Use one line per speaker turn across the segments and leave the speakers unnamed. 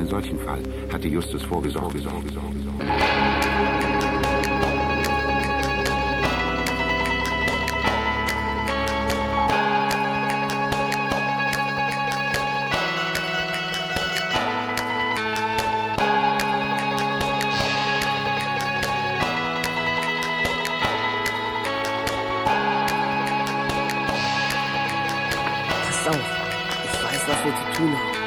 einen solchen Fall hatte Justus vorgesorgt.
Pass auf, ich weiß, was wir zu tun haben.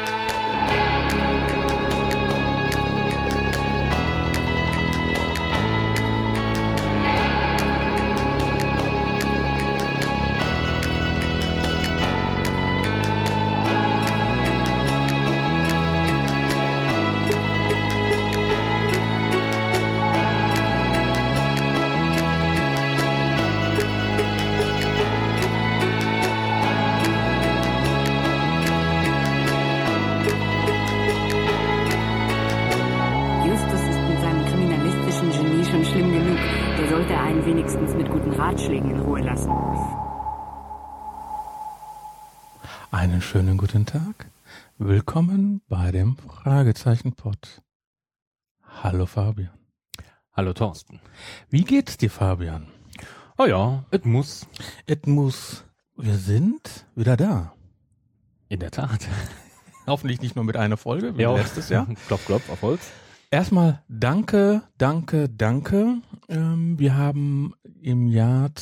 Wenigstens mit guten Ratschlägen in Ruhe lassen.
Einen schönen guten Tag. Willkommen bei dem Fragezeichen-Pod. Hallo Fabian.
Hallo Thorsten.
Wie geht's dir, Fabian?
Oh ja, es muss.
Es muss. Wir sind wieder da.
In der Tat.
Hoffentlich nicht nur mit einer Folge, wie letztes Jahr.
Klopf, klopf, auf Holz.
Erstmal danke. Wir haben im Jahr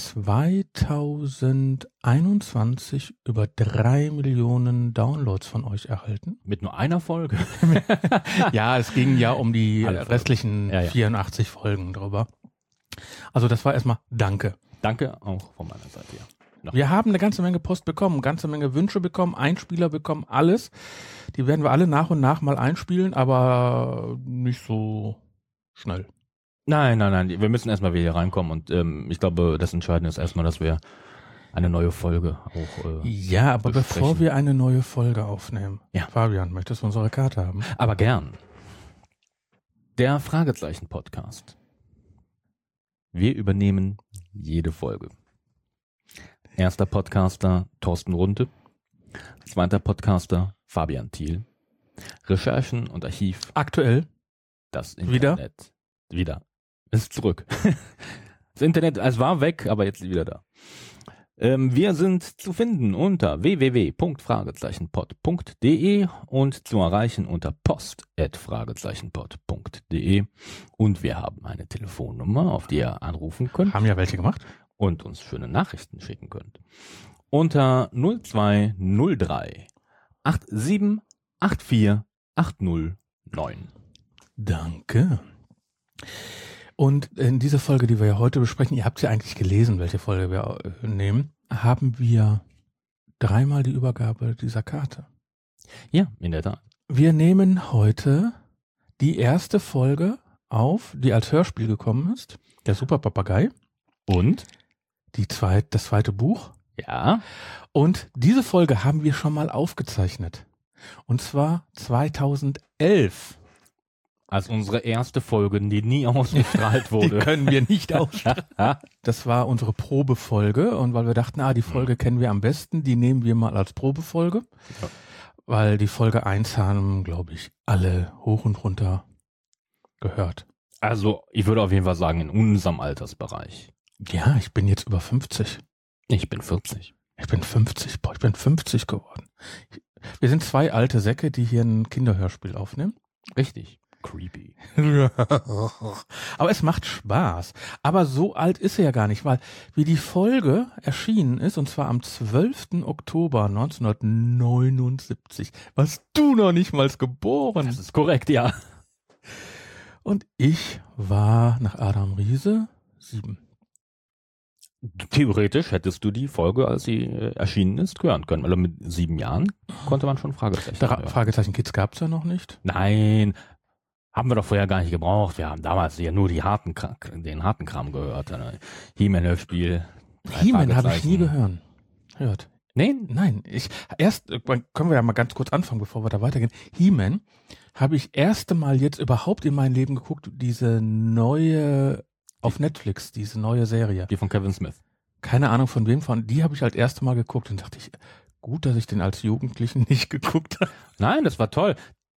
2021 über 3 Millionen Downloads von euch erhalten.
Mit nur einer Folge?
Ja, es ging ja um die restlichen 84 Folgen drüber. Also das war erstmal danke.
Danke auch von meiner Seite, ja.
Wir haben eine ganze Menge Post bekommen, eine ganze Menge Wünsche bekommen, Einspieler bekommen, alles. Die werden wir alle nach und nach mal einspielen, aber nicht so schnell.
Nein. Wir müssen erstmal wieder reinkommen und ich glaube, das Entscheidende ist erstmal, dass wir eine neue Folge auch
ja, aber
besprechen.
Bevor wir eine neue Folge aufnehmen, Fabian, möchtest du unsere Karte haben?
Aber gern. Der Fragezeichen-Podcast. Wir übernehmen jede Folge. Erster Podcaster Thorsten Runte, zweiter Podcaster Fabian Thiel, Recherchen und Archiv.
Aktuell.
Das Internet. Wieder. Ist zurück. Das Internet, es war weg, aber jetzt wieder da. Wir sind zu finden unter www.fragezeichenpod.de und zu erreichen unter post@fragezeichenpod.de und wir haben eine Telefonnummer, auf die ihr anrufen könnt.
Haben ja welche gemacht.
Und uns schöne Nachrichten schicken könnt. Unter 0203 8784 809.
Danke. Und in dieser Folge, die wir ja heute besprechen, ihr habt ja eigentlich gelesen, welche Folge wir nehmen, haben wir 3-mal die Übergabe dieser Karte.
Ja, in der Tat.
Wir nehmen heute die erste Folge auf, die als Hörspiel gekommen ist, der Superpapagei.
Und?
Das zweite Buch.
Ja.
Und diese Folge haben wir schon mal aufgezeichnet. Und zwar 2011.
Als unsere erste Folge, die nie ausgestrahlt wurde.
Die können wir nicht ausstrahlen. Das war unsere Probefolge. Und weil wir dachten, die Folge kennen wir am besten, die nehmen wir mal als Probefolge. Ja. Weil die Folge 1 haben, glaube ich, alle hoch und runter gehört.
Also, ich würde auf jeden Fall sagen, in unserem Altersbereich.
Ja, ich bin jetzt über 50.
Ich bin 40.
Ich bin 50. Boah, ich bin 50 geworden. Wir sind 2 alte Säcke, die hier ein Kinderhörspiel aufnehmen.
Richtig. Creepy.
Aber es macht Spaß. Aber so alt ist er ja gar nicht, weil wie die Folge erschienen ist, und zwar am 12. Oktober 1979, warst du noch nicht mal geboren.
Das ist korrekt, ja.
Und ich war nach Adam Riese 7.
Theoretisch hättest du die Folge, als sie erschienen ist, hören können. Also mit 7 Jahren konnte man schon Fragezeichen hören.
Fragezeichen Kids gab es ja noch nicht.
Nein, haben wir doch vorher gar nicht gebraucht. Wir haben damals ja nur den harten Kram gehört. He-Man-Hörspiel.
He-Man habe ich nie gehört.
Nee?
Nein. Können wir ja mal ganz kurz anfangen, bevor wir da weitergehen. He-Man habe ich erste Mal jetzt überhaupt in meinem Leben geguckt, diese neue auf Netflix, diese neue Serie.
Die von Kevin Smith.
Keine Ahnung von wem, die habe ich halt erste Mal geguckt und dachte ich, gut, dass ich den als Jugendlichen nicht geguckt habe.
Nein, das war toll.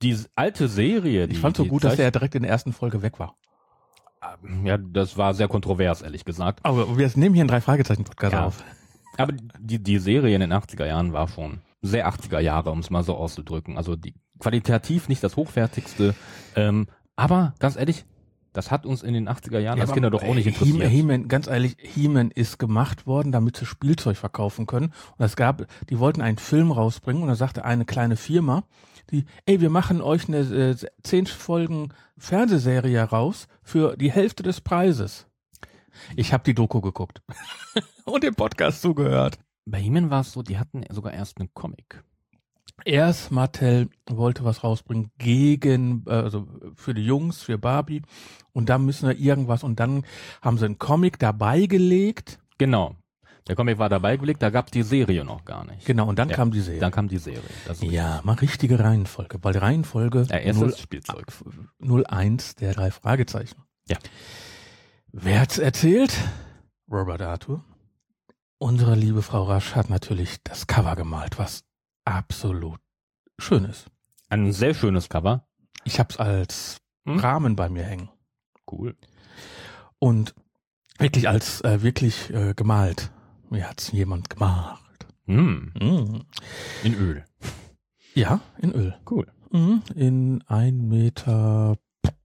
Die alte Serie.
Ich fand so gut, dass er direkt in der ersten Folge weg war.
Ja, das war sehr kontrovers, ehrlich gesagt.
Aber wir nehmen hier einen 3-Fragezeichen-Podcast auf.
Aber die Serie in den 80er Jahren war schon sehr 80er Jahre, um es mal so auszudrücken. Also die qualitativ nicht das hochwertigste. Aber ganz ehrlich, das hat uns in den 80er Jahren als Kinder doch auch nicht interessiert.
He-Man, ganz ehrlich, He-Man ist gemacht worden, damit sie Spielzeug verkaufen können. Und die wollten einen Film rausbringen und da sagte eine kleine Firma, wir machen euch eine 10 Folgen Fernsehserie raus für die Hälfte des Preises. Ich habe die Doku geguckt und den Podcast zugehört.
Bei He-Man war es so, die hatten sogar erst einen Comic.
Erst Mattel wollte was rausbringen also für die Jungs, für Barbie. Und da müssen wir irgendwas. Und dann haben sie einen Comic dabei gelegt.
Genau. Der Comic war dabei gelegt, da gab es die Serie noch gar nicht.
Genau, und dann kam die Serie.
Dann kam die Serie.
Mal richtige Reihenfolge. Weil die Reihenfolge
erstes Spielzeug.
01 der 3 Fragezeichen.
Ja.
Wer hat's erzählt? Robert Arthur. Unsere liebe Frau Rasch hat natürlich das Cover gemalt, was absolut schön ist.
Ein sehr schönes Cover.
Ich hab's als Rahmen bei mir hängen.
Cool.
Und wirklich wirklich gemalt. Mir hat's jemand gemacht.
In Öl.
Ja, in Öl.
Cool.
In 1,20 Meter,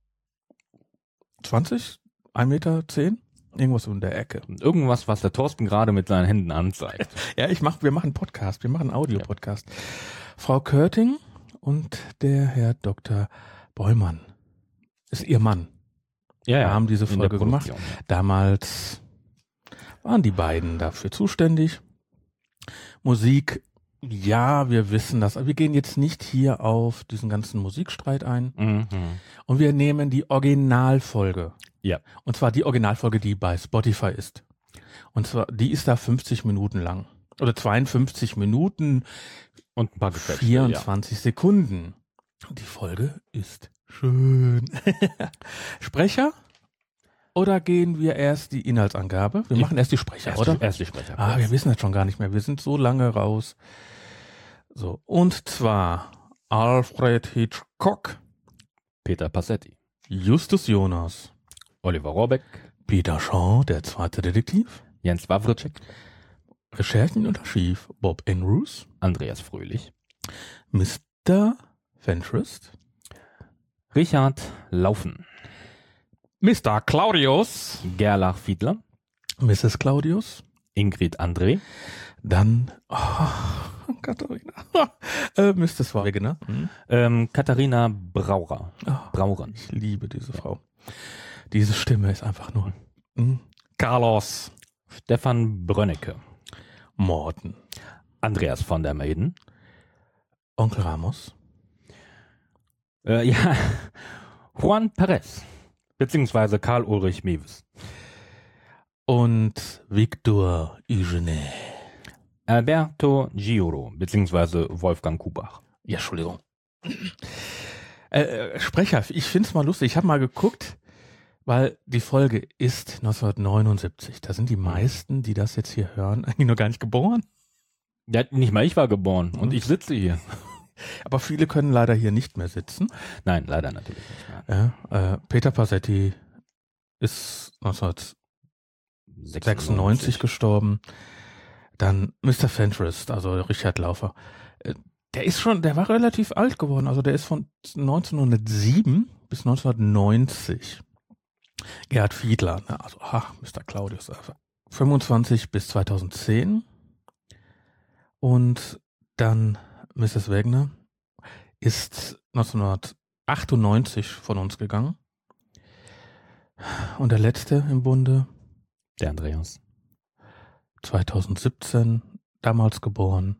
1,10 Meter, irgendwas in der Ecke.
Irgendwas, was der Thorsten gerade mit seinen Händen anzeigt.
Ja, wir machen Podcast, wir machen einen Audio-Podcast. Ja. Frau Körting und der Herr Dr. Bollmann ist ihr Mann.
Ja,
haben diese Folge gemacht. Damals waren die beiden dafür zuständig. Musik, ja, wir wissen das. Aber wir gehen jetzt nicht hier auf diesen ganzen Musikstreit ein. Und wir nehmen die Originalfolge.
Ja.
Und zwar die Originalfolge, die bei Spotify ist. Und zwar, die ist da 50 Minuten lang. Oder 52 Minuten
und ein paar
24 Sekunden. Und die Folge ist schön. Sprecher? Oder gehen wir erst die Inhaltsangabe? Wir machen erst die Sprecher, oder?
Erst die Sprecher.
Wir wissen das schon gar nicht mehr. Wir sind so lange raus. So. Und zwar Alfred Hitchcock.
Peter Passetti.
Justus Jonas.
Oliver Rohrbeck.
Peter Shaw, der zweite Detektiv.
Jens Wawrczyk.
Recherchen und Archiv Bob Andrews.
Andreas Fröhlich.
Mr. Fentress.
Richard Laufen.
Mr. Claudius.
Gerlach Fiedler.
Mrs. Claudius.
Ingrid André.
Dann Katharina. Mrs. Wegener.
Katharina Brauer. Brauren.
Ich liebe diese Frau. Diese Stimme ist einfach nur Carlos.
Stefan Brönnecke.
Morten.
Andreas von der Maiden.
Onkel Ramos.
Juan Perez. Beziehungsweise Karl Ulrich Mewes.
Und Victor Eugene.
Alberto Giuro, beziehungsweise Wolfgang Kubach.
Ja, Entschuldigung. Sprecher, ich find's mal lustig. Ich habe mal geguckt, weil die Folge ist 1979. Da sind die meisten, die das jetzt hier hören, eigentlich noch gar nicht geboren.
Ja, nicht mal ich war geboren und ich sitze hier.
Aber viele können leider hier nicht mehr sitzen.
Nein, leider natürlich nicht mehr.
Ja, Peter Passetti ist 1996 gestorben. Dann Mr. Fentress, also Richard Laufer. Der war relativ alt geworden. Also der ist von 1907 bis 1990. Gerhard Fiedler, also Mr. Claudius. 25 bis 2010. Und dann Mrs. Wegener ist 1998 von uns gegangen. Und der letzte im Bunde?
Der Andreas.
2017, damals geboren,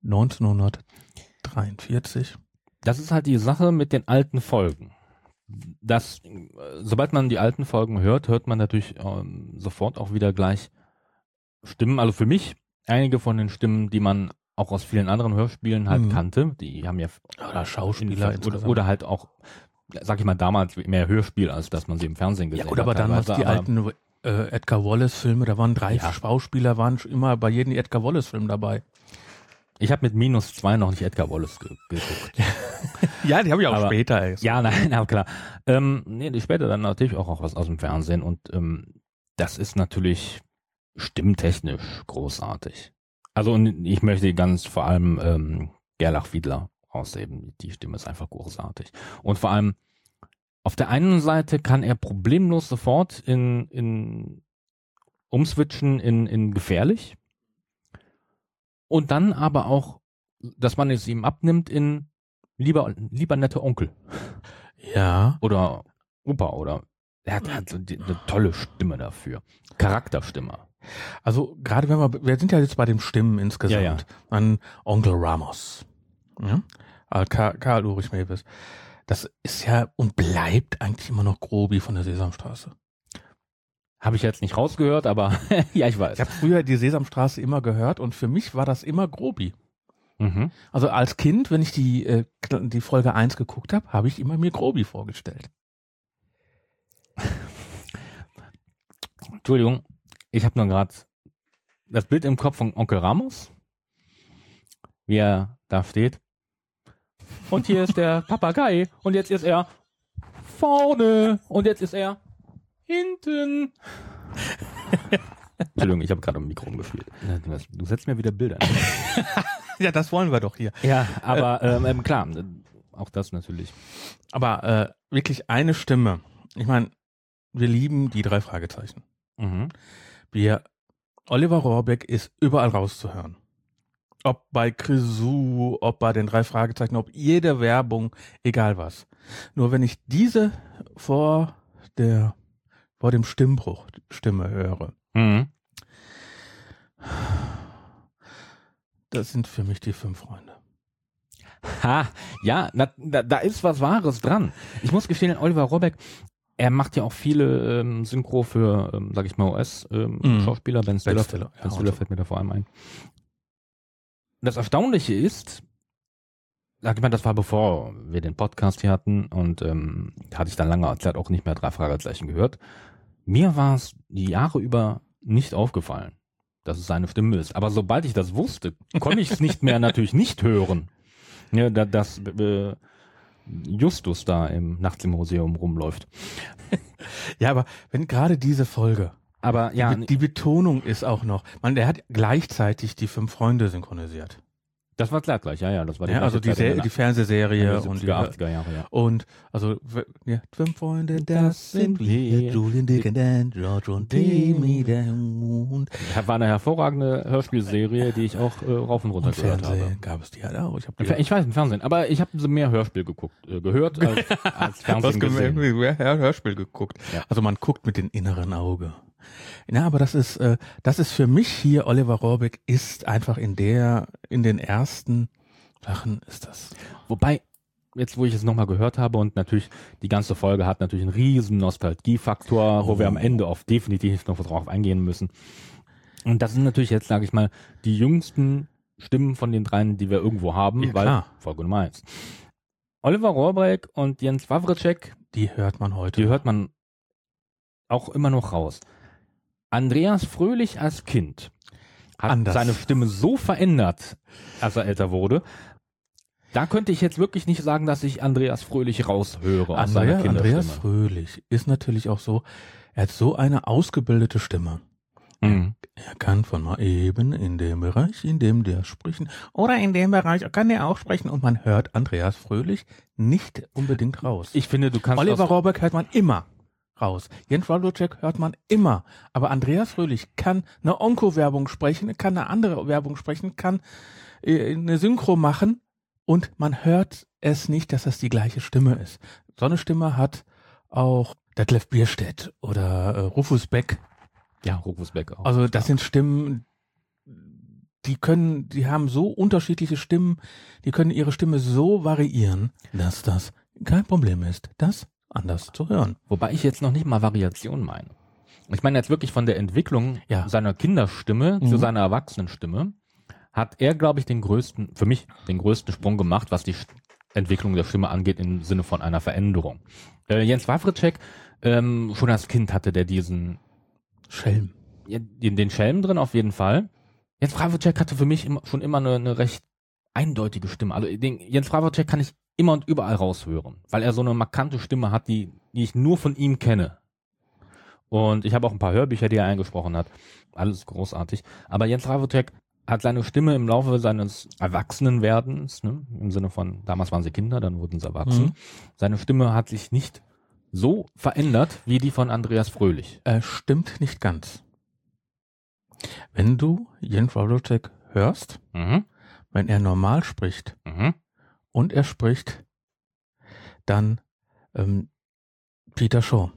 1943.
Das ist halt die Sache mit den alten Folgen. Sobald man die alten Folgen hört man natürlich sofort auch wieder gleich Stimmen. Also für mich einige von den Stimmen, die man auch aus vielen anderen Hörspielen halt kannte. Die haben ja
oder Schauspieler
oder halt auch, sag ich mal, damals mehr Hörspiel, als dass man sie im Fernsehen gesehen hat.
Ja gut, aber damals die alten Edgar Wallace-Filme, da waren 3 Schauspieler, waren immer bei jedem Edgar Wallace-Film dabei.
Ich habe mit -2 noch nicht Edgar Wallace geguckt.
Ja, die habe ich auch
Aber-
später. Ey.
Ja, nein, aber klar. Nee, später dann natürlich auch was aus dem Fernsehen und das ist natürlich stimmtechnisch großartig. Also und ich möchte ganz vor allem Gerlach Fiedler rausheben. Die Stimme ist einfach großartig. Und vor allem auf der einen Seite kann er problemlos sofort umswitchen in gefährlich und dann aber auch, dass man es ihm abnimmt in lieber netter Onkel.
Ja.
Oder Opa oder er hat so eine tolle Stimme dafür. Charakterstimme.
Also gerade wenn wir sind ja jetzt bei den Stimmen insgesamt.
Ja.
An Onkel Ramos. Ja? Karl Ulrich Mewes. Das ist ja und bleibt eigentlich immer noch Grobi von der Sesamstraße.
Habe ich jetzt nicht rausgehört, aber ja, ich weiß.
Ich habe früher die Sesamstraße immer gehört und für mich war das immer Grobi.
Mhm.
Also als Kind, wenn ich die Folge 1 geguckt habe, habe ich immer mir Grobi vorgestellt.
Entschuldigung, ich habe nur gerade das Bild im Kopf von Onkel Ramos, wie er da steht. Und hier ist der Papagei und jetzt ist er vorne und jetzt ist er hinten. Entschuldigung, ich habe gerade am Mikro umgespielt. Du setzt mir wieder Bilder an.
Ja, das wollen wir doch hier.
Ja, aber klar, auch das natürlich.
Aber wirklich eine Stimme. Ich meine, wir lieben die 3 Fragezeichen.
Mhm.
Oliver Rohrbeck ist überall rauszuhören. Ob bei Grisou, ob bei den 3 Fragezeichen, ob jede Werbung, egal was. Nur wenn ich diese vor dem Stimmbruch Stimme höre,
Mhm.
das sind für mich die 5 Freunde.
Ha, ja, da ist was Wahres dran. Ich muss gestehen, Oliver Rohrbeck, er macht ja auch viele Synchro für, sag ich mal, US-Schauspieler. Ben Stiller fällt mir da vor allem ein. Das Erstaunliche ist, sag ich mal, das war bevor wir den Podcast hier hatten und hatte ich dann lange Zeit auch nicht mehr 3 Fragezeichen gehört. Mir war es die Jahre über nicht aufgefallen, dass es seine Stimme ist. Aber sobald ich das wusste, konnte ich es nicht mehr natürlich nicht hören. Ja, dass Justus da nachts im Museum rumläuft.
Ja, aber wenn gerade diese Folge,
Aber ja,
die Betonung ist auch noch, der hat gleichzeitig die 5 Freunde synchronisiert.
das war klar gleich, ja, das war
Ja, also die Fernsehserie und die
80er Jahre, ja.
und also 5 Freunde, das sind wir, Julian, Dick und Dan, George und Timmy, der Hund.
Das war eine hervorragende Hörspielserie, die ich auch rauf und runter
Und
gehört
Fernsehen
habe.
gab es die halt auch.
Ich weiß, im Fernsehen, aber ich habe mehr Hörspiel gehört als Fernsehen gesehen.
Hörspiel geguckt.
Ja.
Also man guckt mit dem inneren Auge. Ja, aber das ist für mich hier, Oliver Rohrbeck ist einfach in den ersten Sachen ist das.
Wobei, jetzt wo ich es nochmal gehört habe und natürlich die ganze Folge hat natürlich einen riesen Nostalgiefaktor, wo wir am Ende definitiv noch drauf eingehen müssen. Und das sind natürlich jetzt, sage ich mal, die jüngsten Stimmen von den 3, die wir irgendwo haben,
Ja,
weil
klar.
Folge Nummer 1. Oliver Rohrbeck und Jens Wawrcek,
Die hört man heute.
die hört man auch immer noch raus. Andreas Fröhlich als Kind hat
Anders.
seine Stimme so verändert, als er älter wurde. Da könnte ich jetzt wirklich nicht sagen, dass ich Andreas Fröhlich raushöre aus seiner Kinderstimme.
Andreas Fröhlich ist natürlich auch so, er hat so eine ausgebildete Stimme.
Mhm.
Er kann von mal eben in dem Bereich, in dem der sprechen, oder in dem Bereich kann er auch sprechen und man hört Andreas Fröhlich nicht unbedingt raus.
Ich finde, du kannst
Oliver Rohrbeck hört man immer raus. Jens Wawrcek hört man immer. Aber Andreas Fröhlich kann eine Onko-Werbung sprechen, kann eine andere Werbung sprechen, kann eine Synchro machen und man hört es nicht, dass das die gleiche Stimme ist. So eine Stimme hat auch Detlef Bierstedt oder Rufus Beck.
ja, Rufus Beck auch.
Also das sind Stimmen, die haben so unterschiedliche Stimmen, die können ihre Stimme so variieren, dass das kein Problem ist, das anders zu hören.
Wobei ich jetzt noch nicht mal Variation meine. Ich meine jetzt wirklich von der Entwicklung
Ja.
seiner Kinderstimme zu seiner Erwachsenenstimme hat er, glaube ich, für mich den größten Sprung gemacht, was die Entwicklung der Stimme angeht, im Sinne von einer Veränderung. Jens Wawrcek, schon als Kind hatte der diesen
Schelm.
den Schelm drin auf jeden Fall. Jens Wawrczeck hatte für mich schon immer eine recht eindeutige Stimme. Also den Jens Wawrczeck kann ich immer und überall raushören, weil er so eine markante Stimme hat, die ich nur von ihm kenne. Und ich habe auch ein paar Hörbücher, die er eingesprochen hat. Alles großartig. Aber Jens Wawrczeck hat seine Stimme im Laufe seines Erwachsenenwerdens, ne, im Sinne von, damals waren sie Kinder, dann wurden sie erwachsen. Seine Stimme hat sich nicht so verändert wie die von Andreas Fröhlich.
Stimmt nicht ganz. Wenn du Jens Wawrczeck hörst, wenn er normal spricht und er spricht dann Peter Shaw.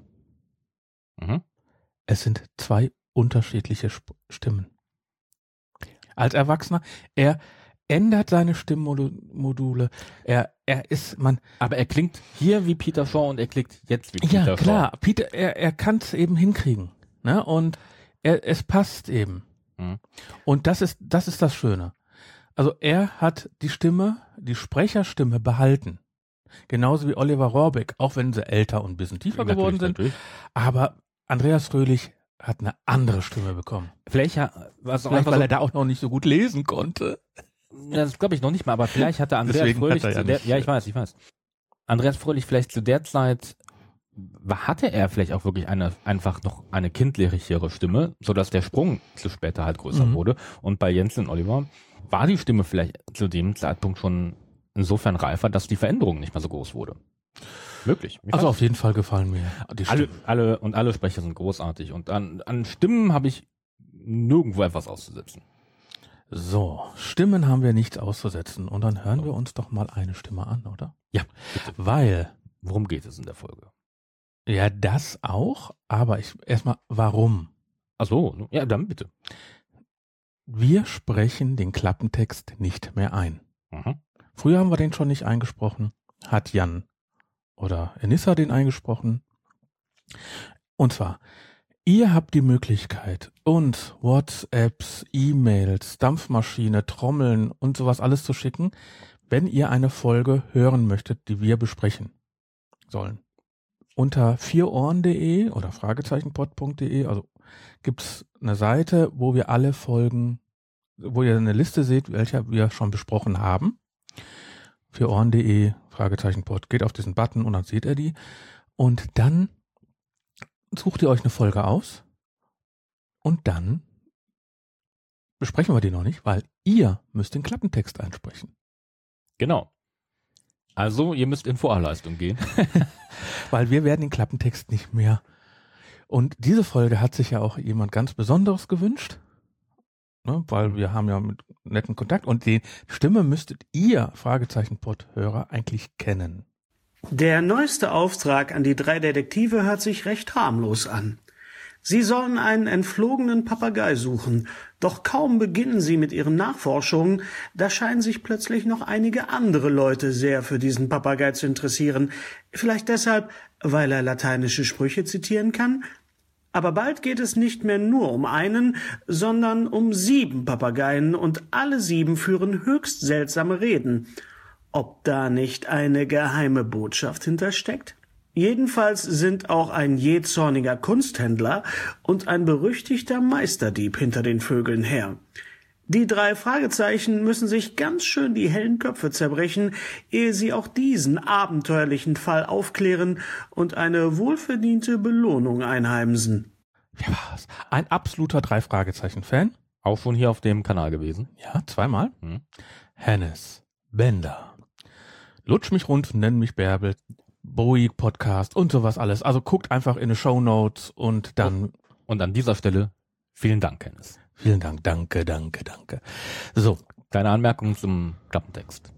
Es sind zwei unterschiedliche Stimmen. Als Erwachsener, er ändert seine Stimmmodule. Aber
er klingt hier wie Peter Shaw und er klingt jetzt wie Peter Shaw.
Ja, klar. Peter, er kann es eben hinkriegen. Ne? Und es passt eben. Und das ist das Schöne. Also er hat die Sprecherstimme behalten. Genauso wie Oliver Rohrbeck, auch wenn sie älter und ein bisschen tiefer geworden sind.
Natürlich.
Aber Andreas Fröhlich hat eine andere Stimme bekommen.
Vielleicht
weil er da auch noch nicht so gut lesen konnte.
Das glaube ich noch nicht mal, aber vielleicht hatte Andreas Fröhlich ich weiß. Andreas Fröhlich vielleicht zu der Zeit hatte er vielleicht auch wirklich einfach noch eine kindlichere Stimme, sodass der Sprung zu später halt größer wurde. Und bei Jens und Oliver war die Stimme vielleicht zu dem Zeitpunkt schon insofern reifer, dass die Veränderung nicht mehr so groß wurde. Wirklich.
Also auf jeden Fall gefallen mir die Stimmen.
Alle Sprecher sind großartig und an Stimmen habe ich nirgendwo etwas auszusetzen.
So, Stimmen haben wir nichts auszusetzen und dann hören wir uns doch mal eine Stimme an, oder?
Ja.
Weil.
Worum geht es in der Folge?
Ja, das auch, aber erstmal, warum?
Ach so, ja, dann bitte.
Wir sprechen den Klappentext nicht mehr ein. Früher haben wir den schon nicht eingesprochen, hat Jan oder Enissa den eingesprochen. Und zwar, ihr habt die Möglichkeit, uns WhatsApps, E-Mails, Dampfmaschine, Trommeln und sowas alles zu schicken, wenn ihr eine Folge hören möchtet, die wir besprechen sollen. Unter vierohren.de oder fragezeichenpod.de, also gibt's eine Seite, wo wir alle Folgen, wo ihr eine Liste seht, welche wir schon besprochen haben. vierohren.de, Fragezeichenpod, geht auf diesen Button und dann seht ihr die. Und dann sucht ihr euch eine Folge aus und dann besprechen wir die noch nicht, weil ihr müsst den Klappentext einsprechen.
Genau. Also, ihr müsst in Vorleistung gehen.
Weil wir werden den Klappentext nicht mehr. Und diese Folge hat sich ja auch jemand ganz Besonderes gewünscht, ne, weil wir haben ja mit netten Kontakt und die Stimme müsstet ihr, Fragezeichen-Pod-Hörer, eigentlich kennen.
Der neueste Auftrag an die 3 Detektive hört sich recht harmlos an. Sie sollen einen entflogenen Papagei suchen, doch kaum beginnen sie mit ihren Nachforschungen, da scheinen sich plötzlich noch einige andere Leute sehr für diesen Papagei zu interessieren. Vielleicht deshalb, weil er lateinische Sprüche zitieren kann? Aber bald geht es nicht mehr nur um einen, sondern um 7 Papageien und alle 7 führen höchst seltsame Reden. Ob da nicht eine geheime Botschaft hintersteckt? Jedenfalls sind auch ein jähzorniger Kunsthändler und ein berüchtigter Meisterdieb hinter den Vögeln her. Die 3 Fragezeichen müssen sich ganz schön die hellen Köpfe zerbrechen, ehe sie auch diesen abenteuerlichen Fall aufklären und eine wohlverdiente Belohnung einheimsen.
Wer war's? Ein absoluter 3-Fragezeichen-Fan.
Auch schon hier auf dem Kanal gewesen.
Ja, 2-mal. Hennes, Bender, Lutsch mich rund, nenn mich Bärbel, Bowie Podcast und sowas alles. Also guckt einfach in die Shownotes und dann...
Und an dieser Stelle vielen Dank, Hennes.
Vielen Dank, danke. So.
Deine Anmerkung zum Klappentext.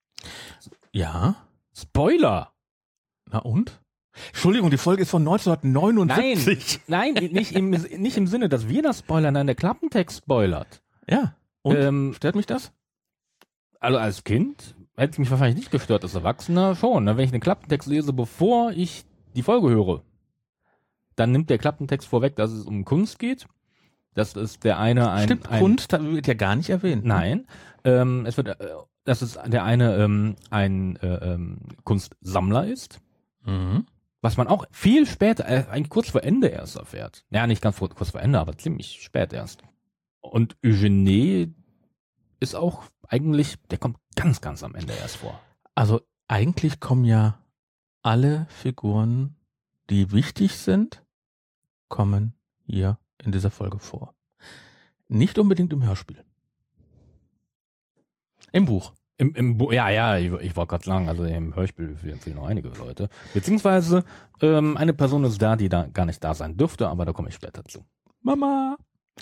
Ja.
Spoiler!
Na und? Entschuldigung, die Folge ist von 1979.
Nein, nicht im Sinne, dass wir das spoilern, nein, der Klappentext spoilert.
Ja. Und stört mich das?
Also als Kind hätte es mich wahrscheinlich nicht gestört, als Erwachsener schon. Wenn ich den Klappentext lese, bevor ich die Folge höre, dann nimmt der Klappentext vorweg, dass es um Kunst geht. Das ist der eine
Stimmt, Kunst wird ja gar nicht erwähnt.
Nein, das ist der eine ein Kunstsammler ist, was man auch viel später, eigentlich kurz vor Ende erst erfährt. Ja, nicht ganz kurz vor Ende, aber ziemlich spät erst. Und Eugenie ist auch eigentlich, der kommt ganz, ganz am Ende erst vor.
Also eigentlich kommen ja alle Figuren, die wichtig sind, kommen hier in dieser Folge vor. Nicht unbedingt im Hörspiel. Im Buch.
Ja, ich wollte gerade sagen, also im Hörspiel fehlen noch einige Leute. Beziehungsweise eine Person ist da, die da gar nicht da sein dürfte, aber da komme ich später zu.
Mama.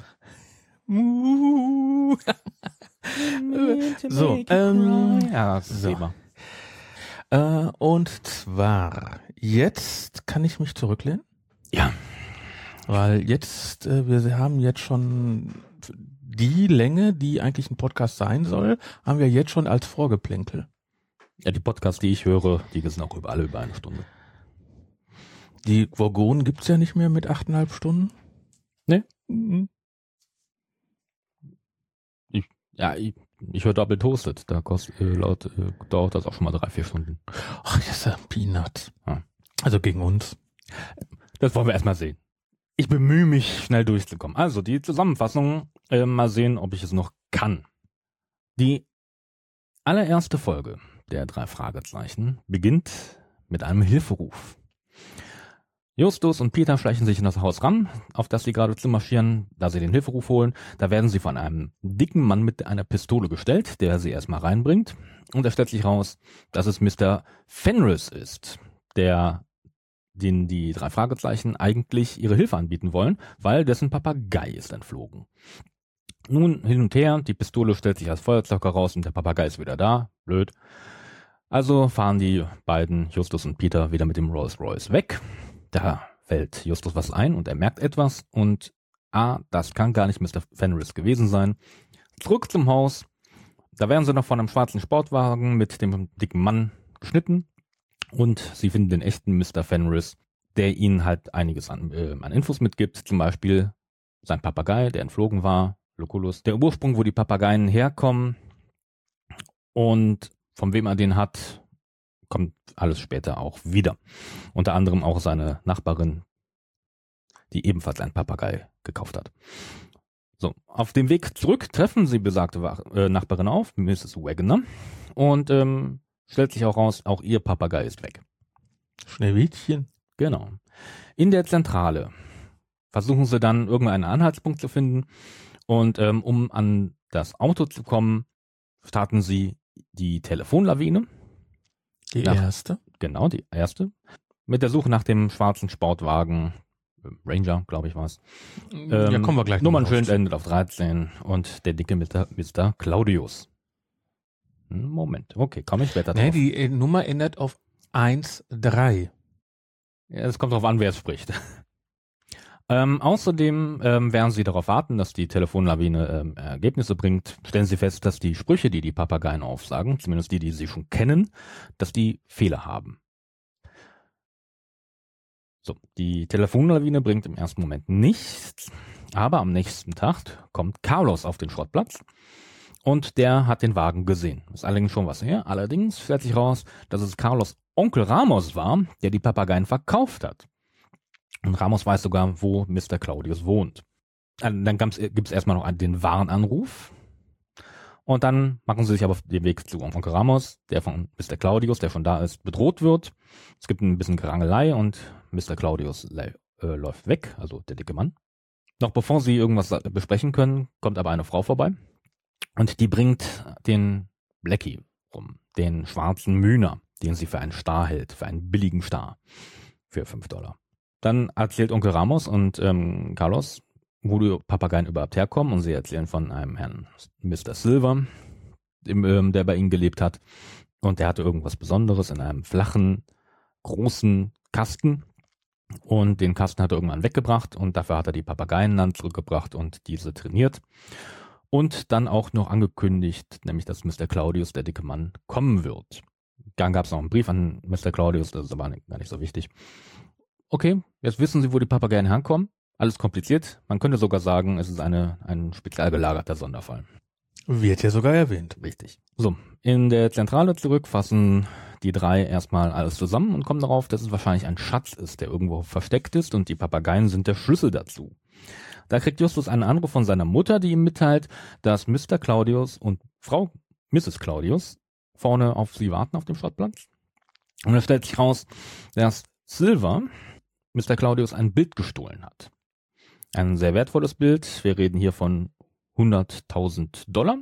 So,
ja,
so.
Thema.
Und zwar, jetzt kann ich mich zurücklehnen.
Ja.
Weil jetzt, wir haben jetzt schon die Länge, die eigentlich ein Podcast sein soll, haben wir jetzt schon als Vorgeplänkel.
Ja, die Podcasts, die ich höre, die sind auch alle über 1 Stunde.
Die Gorgonen gibt's ja nicht mehr mit 8,5 Stunden.
Ne?
Mhm.
Ich höre Double Toasted, da dauert das auch schon mal 3-4 Stunden.
Ach, das ist ja Peanuts.
Ja.
Also gegen uns.
Das wollen wir erstmal sehen. Ich bemühe mich, schnell durchzukommen. Also die Zusammenfassung, mal sehen, ob ich es noch kann. Die allererste Folge der 3 Fragezeichen beginnt mit einem Hilferuf. Justus und Peter schleichen sich in das Haus ran, auf das sie gerade zumarschieren, da sie den Hilferuf holen. Da werden sie von einem dicken Mann mit einer Pistole gestellt, der sie erstmal reinbringt. Und da stellt sich raus, dass es Mr. Fenris ist, den die 3 Fragezeichen eigentlich ihre Hilfe anbieten wollen, weil dessen Papagei ist entflogen. Nun hin und her, die Pistole stellt sich als Feuerzeug heraus und der Papagei ist wieder da. Blöd. Also fahren die beiden, Justus und Peter, wieder mit dem Rolls-Royce weg. Da fällt Justus was ein und er merkt etwas und das kann gar nicht Mr. Fenris gewesen sein. Zurück zum Haus. Da werden sie noch von einem schwarzen Sportwagen mit dem dicken Mann geschnitten und sie finden den echten Mr. Fenris, der ihnen halt einiges an Infos mitgibt. Zum Beispiel sein Papagei, der entflogen war, Lucullus, der Ursprung, wo die Papageien herkommen und von wem er den hat, kommt alles später auch wieder. Unter anderem auch seine Nachbarin, die ebenfalls einen Papagei gekauft hat. So, auf dem Weg zurück treffen sie besagte Nachbarin auf, Mrs. Wagoner, und stellt sich auch raus, auch ihr Papagei ist weg.
Schneewittchen.
Genau. In der Zentrale versuchen sie dann irgendeinen Anhaltspunkt zu finden und um an das Auto zu kommen, starten sie die Telefonlawine.
Die erste?
Genau, die erste. Mit der Suche nach dem schwarzen Sportwagen, Ranger, glaube ich war es.
Ja, kommen wir gleich noch
Nummernschild endet auf 13 und der dicke Mr. Claudius. Moment, okay, komme ich später drauf.
Nee, die Nummer endet auf 1,3.
Ja, es kommt darauf an, wer es spricht. Außerdem, während sie darauf warten, dass die Telefonlawine Ergebnisse bringt, stellen sie fest, dass die Sprüche, die die Papageien aufsagen, zumindest die sie schon kennen, dass die Fehler haben. So, die Telefonlawine bringt im ersten Moment nichts, aber am nächsten Tag kommt Carlos auf den Schrottplatz und der hat den Wagen gesehen. Ist allerdings schon was her. Allerdings stellt sich raus, dass es Carlos Onkel Ramos war, der die Papageien verkauft hat. Und Ramos weiß sogar, wo Mr. Claudius wohnt. Dann gibt's erstmal noch den Warnanruf. Und dann machen sie sich aber auf den Weg zu Onkel Ramos, der von Mr. Claudius, der schon da ist, bedroht wird. Es gibt ein bisschen Gerangelei und Mr. Claudius läuft weg, also der dicke Mann. Noch bevor sie irgendwas besprechen können, kommt aber eine Frau vorbei. Und die bringt den Blackie rum, den schwarzen Mühner, den sie für einen Star hält, für einen billigen Star, für $5. Dann erzählt Onkel Ramos und Carlos, wo die Papageien überhaupt herkommen, und sie erzählen von einem Herrn Mr. Silver, der bei ihnen gelebt hat, und der hatte irgendwas Besonderes in einem flachen, großen Kasten, und den Kasten hat er irgendwann weggebracht und dafür hat er die Papageien dann zurückgebracht und diese trainiert und dann auch noch angekündigt, nämlich dass Mr. Claudius, der dicke Mann, kommen wird. Dann gab es noch einen Brief an Mr. Claudius, das ist aber gar nicht so wichtig. Okay, jetzt wissen Sie, wo die Papageien herkommen. Alles kompliziert. Man könnte sogar sagen, es ist ein spezial gelagerter Sonderfall.
Wird ja sogar erwähnt.
Richtig. So, in der Zentrale zurück fassen die 3 erstmal alles zusammen und kommen darauf, dass es wahrscheinlich ein Schatz ist, der irgendwo versteckt ist und die Papageien sind der Schlüssel dazu. Da kriegt Justus einen Anruf von seiner Mutter, die ihm mitteilt, dass Mr. Claudius und Frau Mrs. Claudius vorne auf sie warten auf dem Schrottplatz. Und es stellt sich raus, dass Silver Mr. Claudius ein Bild gestohlen hat. Ein sehr wertvolles Bild. Wir reden hier von $100.000.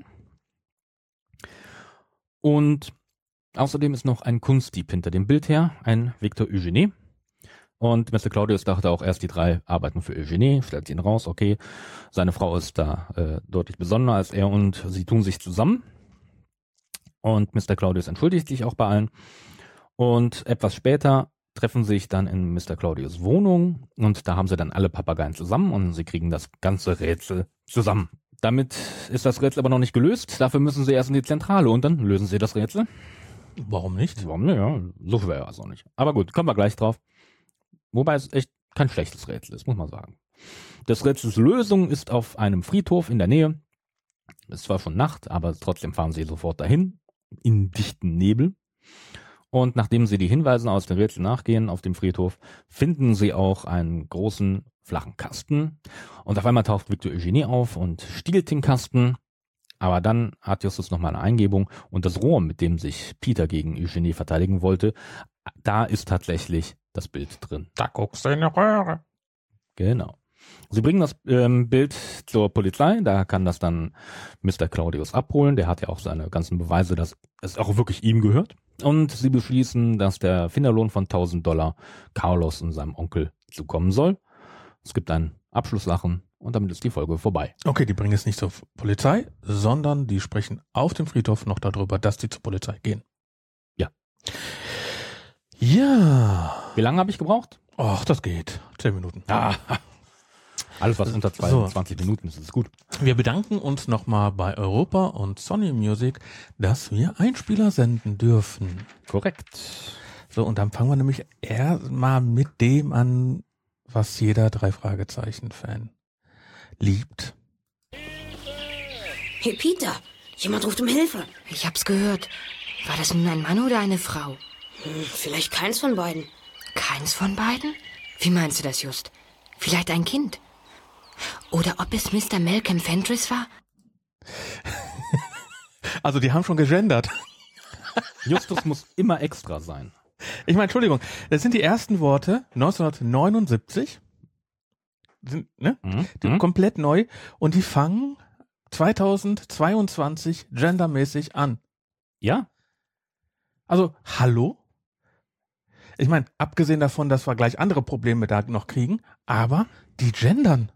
Und außerdem ist noch ein Kunstdieb hinter dem Bild her, ein Victor Eugenie. Und Mr. Claudius dachte auch erst, die drei arbeiten für Eugenie, stellt ihn raus, okay, seine Frau ist da deutlich besonderer als er und sie tun sich zusammen. Und Mr. Claudius entschuldigt sich auch bei allen. Und etwas später treffen sich dann in Mr. Claudius' Wohnung und da haben sie dann alle Papageien zusammen und sie kriegen das ganze Rätsel zusammen. Damit ist das Rätsel aber noch nicht gelöst, dafür müssen sie erst in die Zentrale und dann lösen sie das Rätsel.
Warum nicht?
Warum nicht? Ja, so schwer war es auch nicht. Aber gut, kommen wir gleich drauf. Wobei es echt kein schlechtes Rätsel ist, muss man sagen. Das Rätsels Lösung ist auf einem Friedhof in der Nähe. Es ist zwar schon Nacht, aber trotzdem fahren sie sofort dahin, in dichten Nebel. Und nachdem sie die Hinweisen aus dem Rätsel nachgehen auf dem Friedhof, finden sie auch einen großen, flachen Kasten. Und auf einmal taucht Victor Eugenie auf und stiehlt den Kasten. Aber dann hat Justus nochmal eine Eingebung und das Rohr, mit dem sich Peter gegen Eugenie verteidigen wollte, da ist tatsächlich das Bild drin.
Da guckst du in die Röhre.
Genau. Sie bringen das Bild zur Polizei, da kann das dann Mr. Claudius abholen. Der hat ja auch seine ganzen Beweise, dass es auch wirklich ihm gehört. Und sie beschließen, dass der Finderlohn von $1.000 Carlos und seinem Onkel zukommen soll. Es gibt ein Abschlusslachen und damit ist die Folge vorbei.
Okay, die bringen es nicht zur Polizei, sondern die sprechen auf dem Friedhof noch darüber, dass die zur Polizei gehen.
Ja.
Ja.
Wie lange habe ich gebraucht?
Ach, das geht. 10 Minuten.
Ah. Alles, was unter 22 Minuten ist gut.
Wir bedanken uns nochmal bei Europa und Sony Music, dass wir Einspieler senden dürfen.
Korrekt.
So, und dann fangen wir nämlich erstmal mit dem an, was jeder 3-Fragezeichen-Fan liebt.
Hey Peter, jemand ruft um Hilfe.
Ich hab's gehört. War das nun ein Mann oder eine Frau?
Vielleicht keins von beiden.
Keins von beiden? Wie meinst du das, Just? Vielleicht ein Kind? Oder ob es Mr. Malcolm Fenris war?
Also die haben schon gegendert.
Justus muss immer extra sein.
Ich meine, Entschuldigung, das sind die ersten Worte 1979. Sind, ne? Komplett neu. Und die fangen 2022 gendermäßig an.
Ja?
Also, hallo? Ich meine, abgesehen davon, dass wir gleich andere Probleme da noch kriegen, aber die gendern.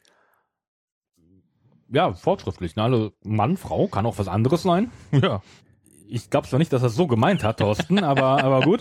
Ja, fortschrittlich. Ne? Also Mann, Frau, kann auch was anderes sein.
Ja.
Ich glaube zwar nicht, dass er es so gemeint hat, Thorsten, aber gut.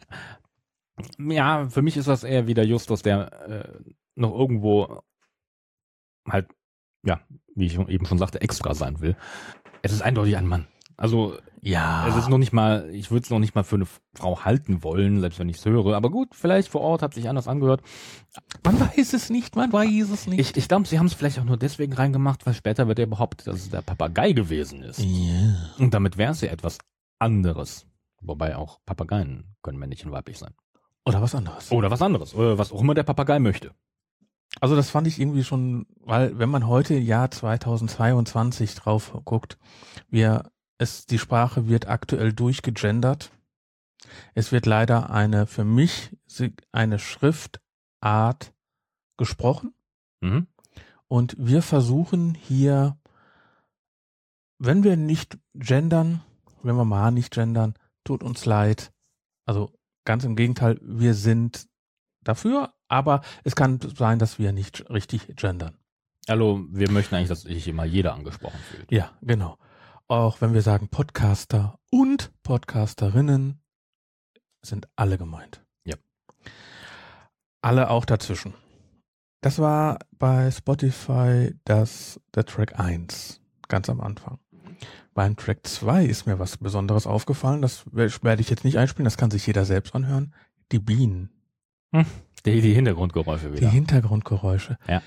Ja, für mich ist das eher wieder Justus, der noch irgendwo halt, ja, wie ich eben schon sagte, extra sein will. Es ist eindeutig ein Mann. Also,
ja,
es ist noch nicht mal, ich würde es noch nicht mal für eine Frau halten wollen, selbst wenn ich es höre. Aber gut, vielleicht vor Ort hat sich anders angehört.
Man weiß es nicht.
Ich glaube, sie haben es vielleicht auch nur deswegen reingemacht, weil später wird ja behauptet, dass es der Papagei gewesen ist.
Yeah.
Und damit wäre es ja etwas anderes. Wobei auch Papageien können männlich und weiblich sein.
Oder was anderes.
Oder was anderes. Oder was auch immer der Papagei möchte.
Also das fand ich irgendwie schon, weil wenn man heute Jahr 2022 drauf guckt, die Sprache wird aktuell durchgegendert. Es wird leider für mich eine Schriftart gesprochen.
Mhm.
Und wir versuchen hier, wenn wir nicht gendern, wenn wir mal nicht gendern, tut uns leid. Also ganz im Gegenteil, wir sind dafür, aber es kann sein, dass wir nicht richtig gendern.
Also wir möchten eigentlich, dass sich immer jeder angesprochen fühlt.
Ja, genau. Auch wenn wir sagen Podcaster und Podcasterinnen, sind alle gemeint.
Ja.
Alle auch dazwischen. Das war bei Spotify der Track 1, ganz am Anfang. Beim Track 2 ist mir was Besonderes aufgefallen, das werde ich jetzt nicht einspielen, das kann sich jeder selbst anhören. Die Bienen.
Die Hintergrundgeräusche wieder.
Die Hintergrundgeräusche.
Ja.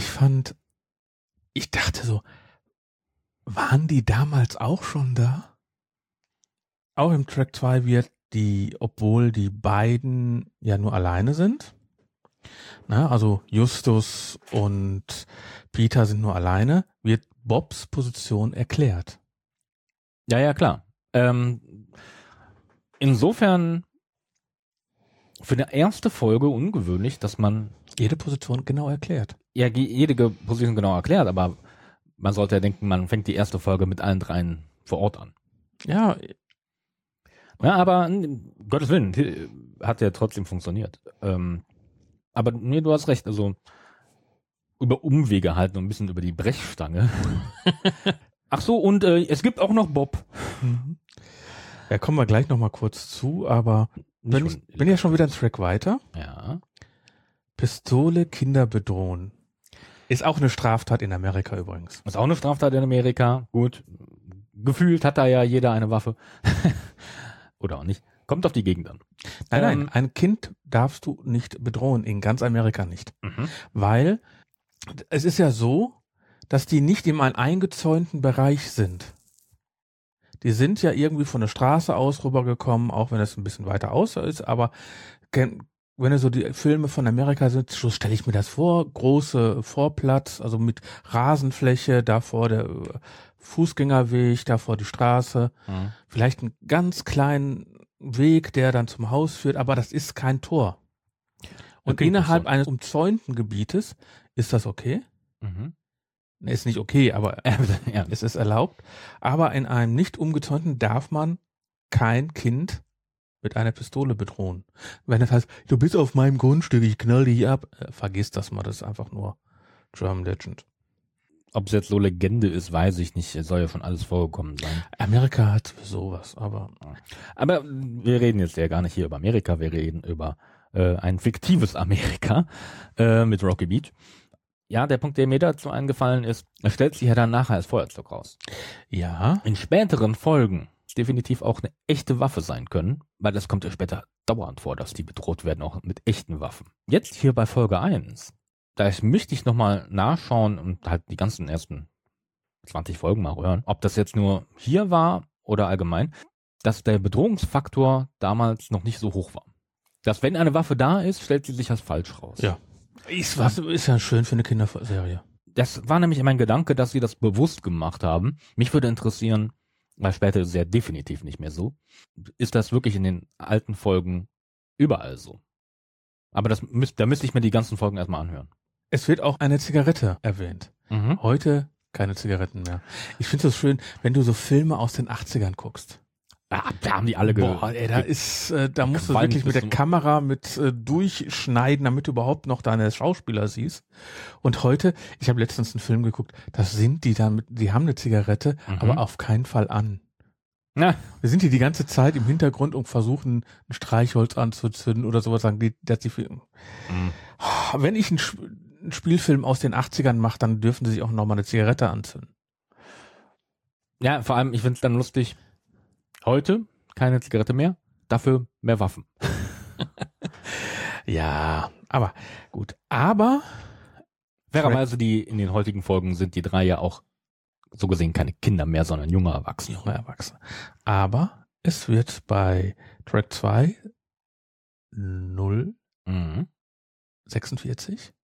Ich dachte so, waren die damals auch schon da? Auch im Track 2 obwohl die beiden ja nur alleine sind, Na, also Justus und Peter sind nur alleine, wird Bobs Position erklärt.
Ja, klar. Insofern für eine erste Folge ungewöhnlich, dass man
Jede Position genau erklärt.
ja jede Position genau erklärt, aber man sollte ja denken, man fängt die erste Folge mit allen dreien vor Ort an.
Ja,
Ja, aber Gottes Willen, hat ja trotzdem funktioniert. Aber nee, du hast recht, also über Umwege halt, ein bisschen über die Brechstange. Ach so, und es gibt auch noch Bob.
ja, kommen wir gleich nochmal kurz zu, aber bin ja schon wieder ein Track weiter.
Ja.
Pistole Kinder bedrohen. Ist auch eine Straftat in Amerika übrigens.
Ist auch eine Straftat in Amerika. Gut. Gefühlt hat da ja jeder eine Waffe. Oder auch nicht. Kommt auf die Gegend an.
Nein, ein Kind darfst du nicht bedrohen, in ganz Amerika nicht.
Mhm.
Weil es ist ja so, dass die nicht in einem eingezäunten Bereich sind. Die sind ja irgendwie von der Straße aus rübergekommen, auch wenn es ein bisschen weiter außer ist, aber wenn du so die Filme von Amerika sind, so stelle ich mir das vor, große Vorplatz, also mit Rasenfläche, davor der Fußgängerweg, davor die Straße, vielleicht einen ganz kleinen Weg, der dann zum Haus führt, aber das ist kein Tor. Und
Okay,
innerhalb
so.
eines umzäunten Gebietes ist das okay?
Mhm.
Ist nicht okay, aber
Ja.
es ist erlaubt. Aber in einem nicht umgezäunten darf man kein Kind mit einer Pistole bedrohen. Wenn das heißt, du bist auf meinem Grundstück, ich knall dich ab, vergiss das mal, das ist einfach nur German Legend.
Ob es jetzt so Legende ist, weiß ich nicht. Es soll ja schon alles vorgekommen sein.
Amerika hat sowas, aber
Aber wir reden jetzt ja gar nicht hier über Amerika, wir reden über ein fiktives Amerika mit Rocky Beach. Ja, der Punkt, der mir dazu eingefallen ist, er stellt sich ja dann nachher als Feuerzeug raus.
ja,
In späteren Folgen definitiv auch eine echte Waffe sein können, weil das kommt ja später dauernd vor, dass die bedroht werden, auch mit echten Waffen. Jetzt hier bei Folge 1, da möchte ich nochmal nachschauen und halt die ganzen ersten 20 Folgen mal hören, ob das jetzt nur hier war oder allgemein, dass der Bedrohungsfaktor damals noch nicht so hoch war. Dass wenn eine Waffe da ist, stellt sie sich als falsch raus.
ja. Ist ja schön für eine Kinderserie.
Das war nämlich mein Gedanke, dass sie das bewusst gemacht haben. Mich würde interessieren, weil später ist es ja definitiv nicht mehr so, ist das wirklich in den alten Folgen überall so? Aber da müsste ich mir die ganzen Folgen erstmal anhören.
Es wird auch eine Zigarette erwähnt. Heute keine Zigaretten mehr. Ich finde es so schön, wenn du so Filme aus den 80ern guckst.
Da haben die alle
Boah, ey, da musst du wirklich mit der Kamera durchschneiden, damit du überhaupt noch deine Schauspieler siehst. Und heute, ich habe letztens einen Film geguckt, das sind die dann, die haben eine Zigarette, aber auf keinen Fall an.
Ja.
Da sind die ganze Zeit im Hintergrund und versuchen, ein Streichholz anzuzünden oder sowas, sagen die, wenn ich einen Spielfilm aus den 80ern mache, dann dürfen sie sich auch nochmal eine Zigarette anzünden.
Ja, vor allem, ich finde es dann lustig, heute keine Zigarette mehr, dafür mehr Waffen.
Ja, aber gut. Aber
Fairerweise, die in den heutigen Folgen sind die drei ja auch so gesehen keine Kinder mehr, sondern junge Erwachsene.
junge Erwachsene. Aber es wird bei Track 2 046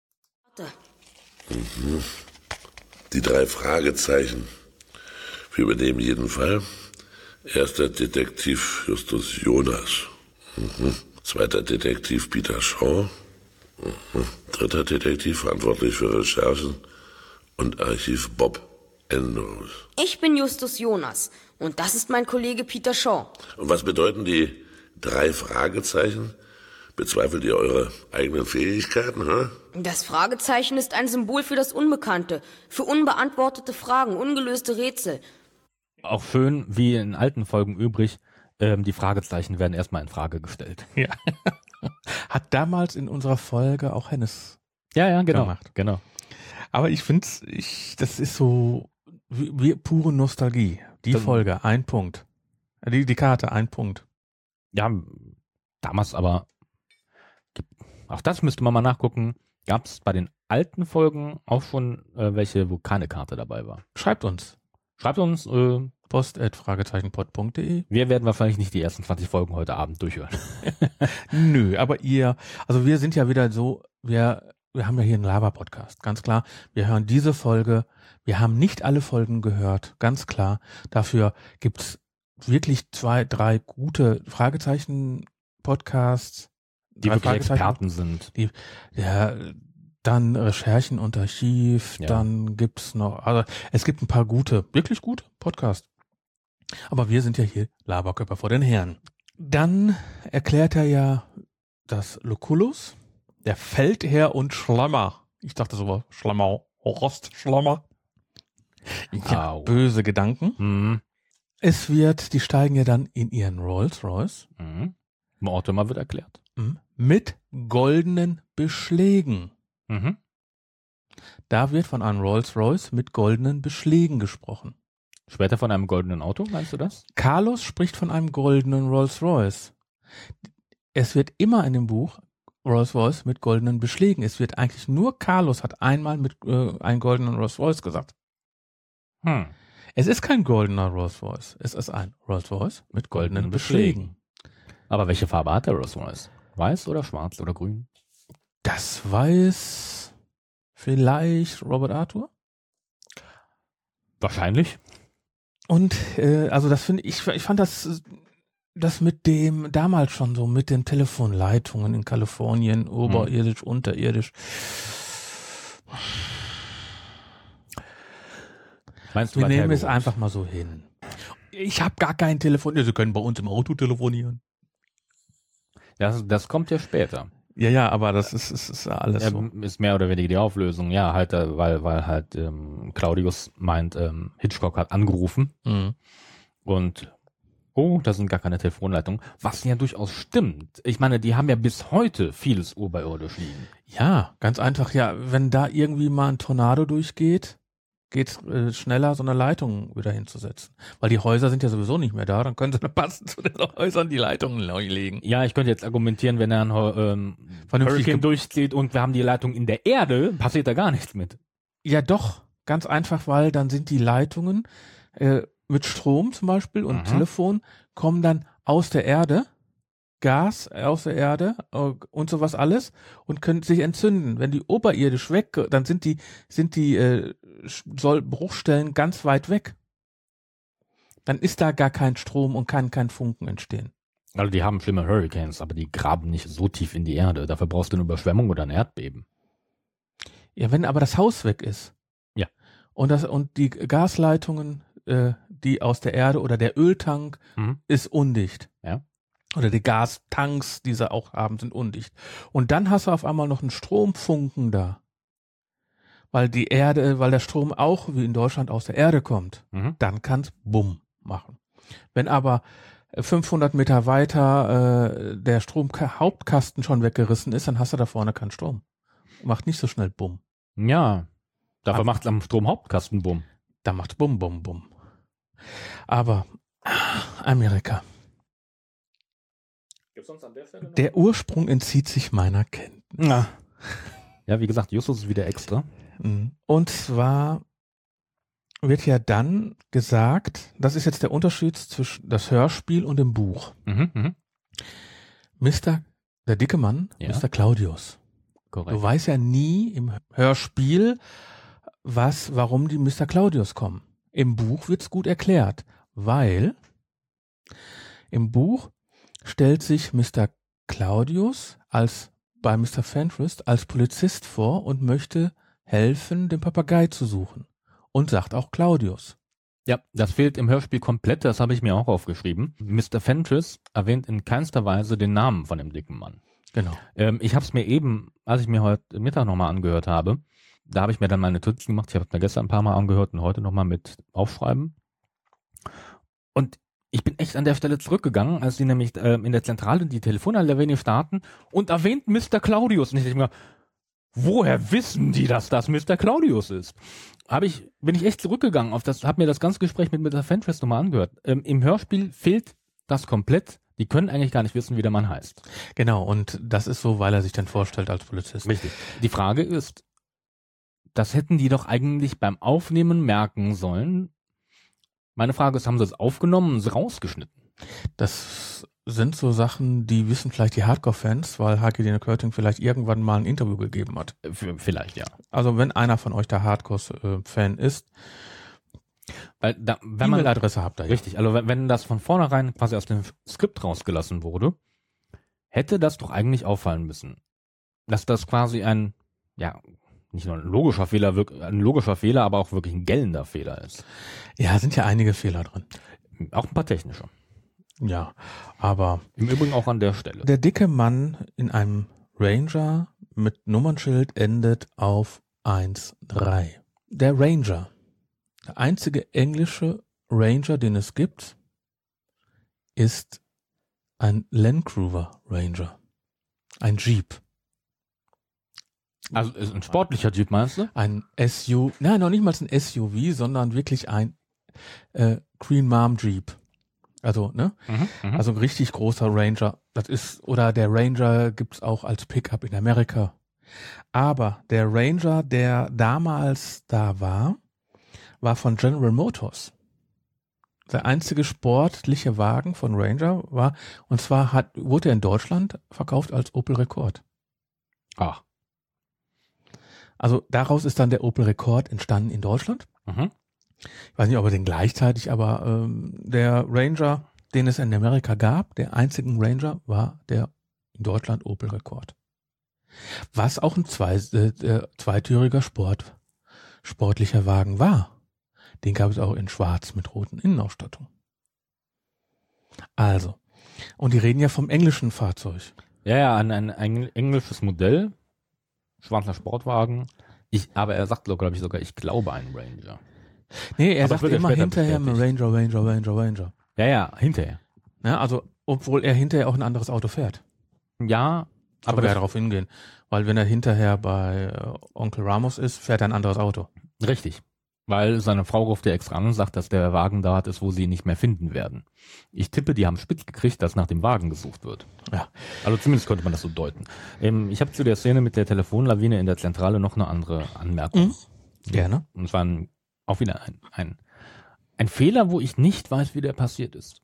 Die 3 Fragezeichen. Wir übernehmen jeden Fall. Erster Detektiv Justus Jonas. Zweiter Detektiv Peter Shaw. Dritter Detektiv verantwortlich für Recherchen und Archiv Bob Andrews.
Ich bin Justus Jonas und das ist mein Kollege Peter Shaw.
Und was bedeuten die 3 Fragezeichen? Bezweifelt ihr eure eigenen Fähigkeiten, hä?
Das Fragezeichen ist ein Symbol für das Unbekannte, für unbeantwortete Fragen, ungelöste Rätsel.
Auch schön, wie in alten Folgen übrig, die Fragezeichen werden erstmal in Frage gestellt.
Ja. Hat damals in unserer Folge auch Hennes
Ja, genau.
gemacht.
Genau.
Aber ich finde, das ist so wie pure Nostalgie. Die Folge, 1 Punkt. Die Karte, 1 Punkt.
Ja, damals aber, auch das müsste man mal nachgucken, gab es bei den alten Folgen auch schon welche, wo keine Karte dabei war.
Schreibt uns.
Schreibt uns,
post@fragezeichenpod.de.
wir werden wahrscheinlich nicht die ersten 20 Folgen heute Abend durchhören.
Nö, aber wir sind ja wieder so, wir haben ja hier einen Lava-Podcast, ganz klar. Wir hören diese Folge. Wir haben nicht alle Folgen gehört, ganz klar. Dafür gibt's wirklich 2, 3 gute Fragezeichen-Podcasts.
Die wirklich Experten sind.
Dann Recherchen und Archiv, dann gibt's noch, also es gibt ein paar wirklich gute Podcasts. Aber wir sind ja hier Laberköpfer vor den Herren. Dann erklärt er ja, dass Lucullus, der Feldherr und Schlammer, ich dachte so, Schlammer, Rostschlammer, ja, böse Gedanken. Die steigen ja dann in ihren Rolls-Royce.
Mortimer wird erklärt.
Mit goldenen Beschlägen. Da wird von einem Rolls-Royce mit goldenen Beschlägen gesprochen.
Später von einem goldenen Auto, meinst du das?
Carlos spricht von einem goldenen Rolls-Royce. Es wird immer in dem Buch Rolls-Royce mit goldenen Beschlägen. Es wird eigentlich nur Carlos hat einmal mit einem goldenen Rolls-Royce gesagt. Es ist kein goldener Rolls-Royce. Es ist ein Rolls-Royce mit goldenen Beschlägen.
Aber welche Farbe hat der Rolls-Royce? Weiß oder schwarz oder grün?
Das weiß vielleicht Robert Arthur.
Wahrscheinlich.
Und also das finde ich fand das mit dem damals schon so mit den Telefonleitungen in Kalifornien, oberirdisch, unterirdisch.
Meinst du,
wir nehmen es einfach mal so hin. Ich habe gar kein Telefon. Sie können bei uns im Auto telefonieren.
Das kommt ja später.
Ja, aber das ist alles so.
Ist mehr oder weniger die Auflösung. Ja, halt, weil halt Claudius meint, Hitchcock hat angerufen und da sind gar keine Telefonleitungen, was ja durchaus stimmt. Ich meine, die haben ja bis heute vieles oberirdisch liegen.
Ja, ganz einfach. Ja, wenn da irgendwie mal ein Tornado durchgeht, geht es schneller, so eine Leitung wieder hinzusetzen. Weil die Häuser sind ja sowieso nicht mehr da, dann können sie passend zu den Häusern die Leitungen neu legen.
Ja, ich könnte jetzt argumentieren, wenn er ein Hurricane durchzieht und wir haben die Leitung in der Erde, passiert da gar nichts mit.
Ja doch, ganz einfach, weil dann sind die Leitungen mit Strom zum Beispiel und Telefon kommen dann aus der Erde, Gas aus der Erde und sowas alles und können sich entzünden. Wenn die oberirdisch weg, dann sind die Bruchstellen ganz weit weg. Dann ist da gar kein Strom und kann kein Funken entstehen.
Also die haben schlimme Hurricanes, aber die graben nicht so tief in die Erde. Dafür brauchst du eine Überschwemmung oder ein Erdbeben.
Ja, wenn aber das Haus weg ist.
Ja.
Und die Gasleitungen, die aus der Erde oder der Öltank ist undicht.
Ja.
Oder die Gastanks, die sie auch haben, sind undicht. Und dann hast du auf einmal noch einen Stromfunken da. Weil der Strom auch wie in Deutschland aus der Erde kommt. Dann kann's Bumm machen. Wenn aber 500 Meter weiter der Stromhauptkasten schon weggerissen ist, dann hast du da vorne keinen Strom. Macht nicht so schnell Bumm.
Ja, dafür macht's am Stromhauptkasten Bumm.
Da macht's Bumm, Bumm, Bumm. Aber Amerika.
Gibt's sonst an der Stelle noch?
Der Ursprung entzieht sich meiner Kenntnis.
Ja, wie gesagt, Justus ist wieder extra.
Und zwar wird ja dann gesagt, das ist jetzt der Unterschied zwischen das Hörspiel und dem Buch. Der dicke Mann, Mr. Claudius.
Korrekt.
Du weißt ja nie im Hörspiel, warum die Mr. Claudius kommen. Im Buch wird's gut erklärt, weil im Buch stellt sich Mr. Claudius bei Mr. Fentress als Polizist vor und möchte helfen, den Papagei zu suchen. Und sagt auch Claudius.
Ja, das fehlt im Hörspiel komplett, das habe ich mir auch aufgeschrieben. Mr. Fentress erwähnt in keinster Weise den Namen von dem dicken Mann.
Genau.
Ich habe es mir eben, als ich mir heute Mittag nochmal angehört habe, da habe ich mir dann meine Notizen gemacht, ich habe es mir gestern ein paar Mal angehört und heute nochmal mit aufschreiben. Und ich bin echt an der Stelle zurückgegangen, als die nämlich in der Zentrale die Telefonanlage starten und erwähnt Mr. Claudius. Und ich denke mir, woher wissen die, dass das Mr. Claudius ist? Bin ich echt zurückgegangen habe mir das ganze Gespräch mit Mr. Fentress nochmal angehört. Im Hörspiel fehlt das komplett. Die können eigentlich gar nicht wissen, wie der Mann heißt.
Genau, und das ist so, weil er sich dann vorstellt als Polizist.
Richtig. Die Frage ist, das hätten die doch eigentlich beim Aufnehmen merken sollen. Meine Frage ist, haben sie es aufgenommen und es rausgeschnitten?
Das sind so Sachen, die wissen vielleicht die Hardcore-Fans, weil Heike Dine Körting vielleicht irgendwann mal ein Interview gegeben hat.
Vielleicht, ja.
Also wenn einer von euch der Hardcore-Fan ist,
Weil wenn man
E-Mail-Adresse habt ihr.
Richtig, also wenn das von vornherein quasi aus dem Skript rausgelassen wurde, hätte das doch eigentlich auffallen müssen. Dass das quasi nicht nur ein logischer Fehler, aber auch wirklich ein gellender Fehler ist.
Ja, sind ja einige Fehler drin.
Auch ein paar technische.
Ja, aber
Im Übrigen auch an der Stelle.
der dicke Mann in einem Ranger mit Nummernschild endet auf 1-3. Der Ranger. Der einzige englische Ranger, den es gibt, ist ein Land Rover Ranger. Ein Jeep.
Also ist ein sportlicher Jeep, meinst du?
Ein SUV, nein, noch nicht mal ein SUV, sondern wirklich ein Green Mom Jeep. Also, ne? Also ein richtig großer Ranger. Das ist, oder der Ranger gibt's auch als Pickup in Amerika. Aber der Ranger, der damals da war von General Motors. Der einzige sportliche Wagen von Ranger war, und zwar wurde er in Deutschland verkauft als Opel Rekord.
Ach.
Also daraus ist dann der Opel Rekord entstanden in Deutschland. Ich weiß nicht, ob er den gleichzeitig, aber der Ranger, den es in Amerika gab, der einzigen Ranger, war der in Deutschland Opel Rekord. Was auch ein zweitüriger sportlicher Wagen war. Den gab es auch in schwarz mit roten Innenausstattung. Also, und die reden ja vom englischen Fahrzeug.
Ja, ein englisches Modell, schwarzer Sportwagen. Aber er sagt, glaube ich, sogar, ich glaube einen Ranger.
Nee, er
Aber
sagt immer hinterher
bestätigt.
Ranger.
Ja, hinterher.
Ja, also, obwohl er hinterher auch ein anderes Auto fährt.
Ja,
Aber wir darauf hingehen. Weil wenn er hinterher bei Onkel Ramos ist, fährt er ein anderes Auto.
Richtig. Weil seine Frau ruft ja extra an und sagt, dass der Wagen da ist, wo sie ihn nicht mehr finden werden. Ich tippe, die haben spitz gekriegt, dass nach dem Wagen gesucht wird.
Ja.
Also zumindest könnte man das so deuten. Ich habe zu der Szene mit der Telefonlawine in der Zentrale noch eine andere Anmerkung.
Gerne.
Und es war auch wieder ein Fehler, wo ich nicht weiß, wie der passiert ist.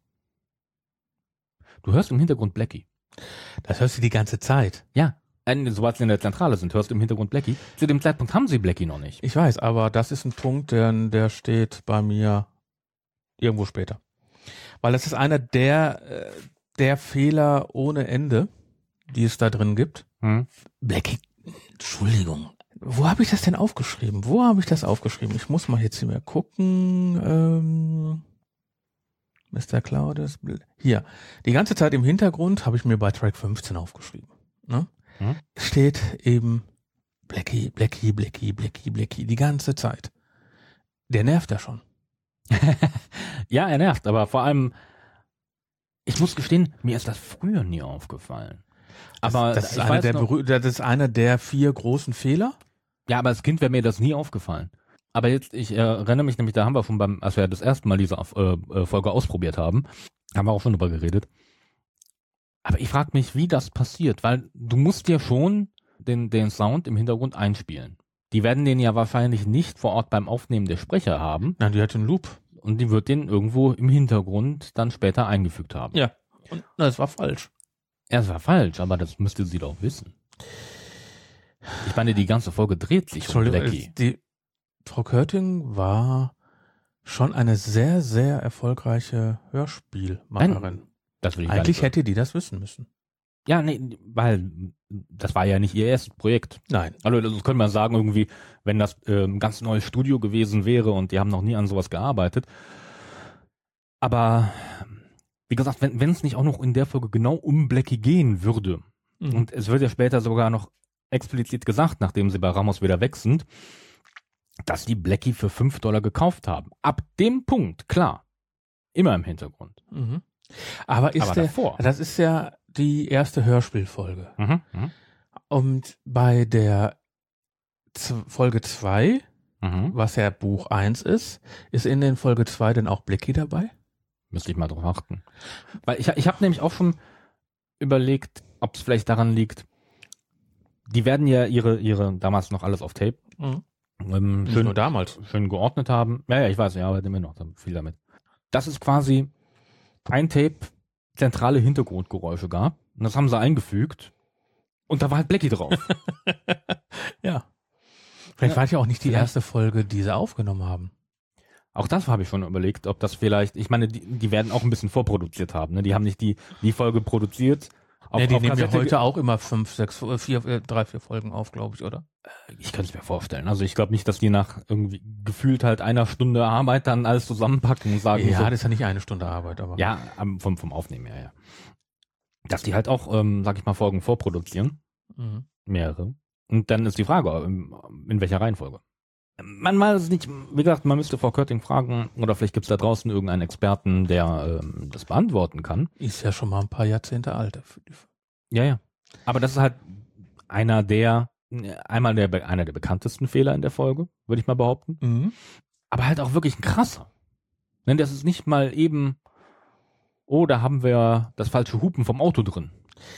Du hörst im Hintergrund Blackie.
Das hörst du die ganze Zeit.
Ja. Sobald sie in der Zentrale sind, hörst du im Hintergrund Blackie. Zu dem Zeitpunkt haben sie Blackie noch nicht.
Ich weiß, aber das ist ein Punkt, der steht bei mir irgendwo später. Weil das ist einer der Fehler ohne Ende, die es da drin gibt. Blackie, Entschuldigung. Wo habe ich das denn aufgeschrieben? Ich muss mal jetzt hier mal gucken. Mr. Claudius. Hier. Die ganze Zeit im Hintergrund habe ich mir bei Track 15 aufgeschrieben. Ne? Steht eben Blackie die ganze Zeit. Der nervt ja schon.
Ja, er nervt, aber vor allem, ich muss gestehen, mir ist das früher nie aufgefallen. Aber
das ist einer der 4 großen Fehler.
Ja, aber als Kind wäre mir das nie aufgefallen. Aber jetzt, ich erinnere mich nämlich, da haben wir schon als wir das erste Mal diese Folge ausprobiert haben wir auch schon drüber geredet. Aber ich frage mich, wie das passiert, weil du musst ja schon den Sound im Hintergrund einspielen. Die werden den ja wahrscheinlich nicht vor Ort beim Aufnehmen der Sprecher haben.
Nein, die hat einen Loop.
Und die wird den irgendwo im Hintergrund dann später eingefügt haben.
Ja, und das war falsch.
Ja, es war falsch, aber das müsste sie doch wissen. Ich meine, die ganze Folge dreht sich um Blackie.
Die Frau Körting war schon eine sehr, sehr erfolgreiche Hörspielmacherin.
Das will ich
Eigentlich hätte die das wissen müssen.
Ja, nee, weil das war ja nicht ihr erstes Projekt.
Nein.
Also das könnte man sagen, irgendwie, wenn das ein ganz neues Studio gewesen wäre und die haben noch nie an sowas gearbeitet. Aber wie gesagt, wenn es nicht auch noch in der Folge genau um Blackie gehen würde, und es wird ja später sogar noch explizit gesagt, nachdem sie bei Ramos wieder weg sind, dass die Blackie für $5 gekauft haben. Ab dem Punkt, klar, immer im Hintergrund.
Aber
davor.
Das ist ja die erste Hörspielfolge. Und bei der Folge 2, was ja Buch 1 ist in den Folge 2 denn auch Blackie dabei?
Müsste ich mal drauf achten. Weil ich habe nämlich auch schon überlegt, ob es vielleicht daran liegt, die werden ja ihre damals noch alles auf Tape
Nicht nur damals.
Schön geordnet haben. Ja, ich weiß, ich arbeite immer noch viel damit. Das ist quasi ein Tape, zentrale Hintergrundgeräusche gab. Und das haben sie eingefügt. Und da war halt Blackie drauf.
Ja. Vielleicht war es ja auch nicht die
Vielleicht.
erste Folge, die sie aufgenommen haben.
Auch das habe ich schon überlegt, ob das vielleicht, ich meine, die werden auch ein bisschen vorproduziert haben. Ne? Die haben nicht die Folge produziert.
Die nehmen ja
Kassette
heute auch immer 3, 4 Folgen auf, glaube ich, oder?
Ich könnte es mir vorstellen. Also ich glaube nicht, dass die nach irgendwie gefühlt halt einer Stunde Arbeit dann alles zusammenpacken und sagen
Ja,
so,
das ist ja nicht eine Stunde Arbeit, aber.
ja, vom Aufnehmen her, ja. Dass die halt auch, sag ich mal, Folgen vorproduzieren.
Mhm.
Mehrere. Und dann ist die Frage, in welcher Reihenfolge. Man weiß es nicht, wie gesagt, man müsste Frau Körting fragen, oder vielleicht gibt es da draußen irgendeinen Experten, der das beantworten kann.
Ist ja schon mal ein paar Jahrzehnte alt.
Ja. Aber das ist halt einer der bekanntesten Fehler in der Folge, würde ich mal behaupten.
Mhm.
Aber halt auch wirklich ein krasser. Denn das ist nicht mal eben, oh, da haben wir das falsche Hupen vom Auto drin.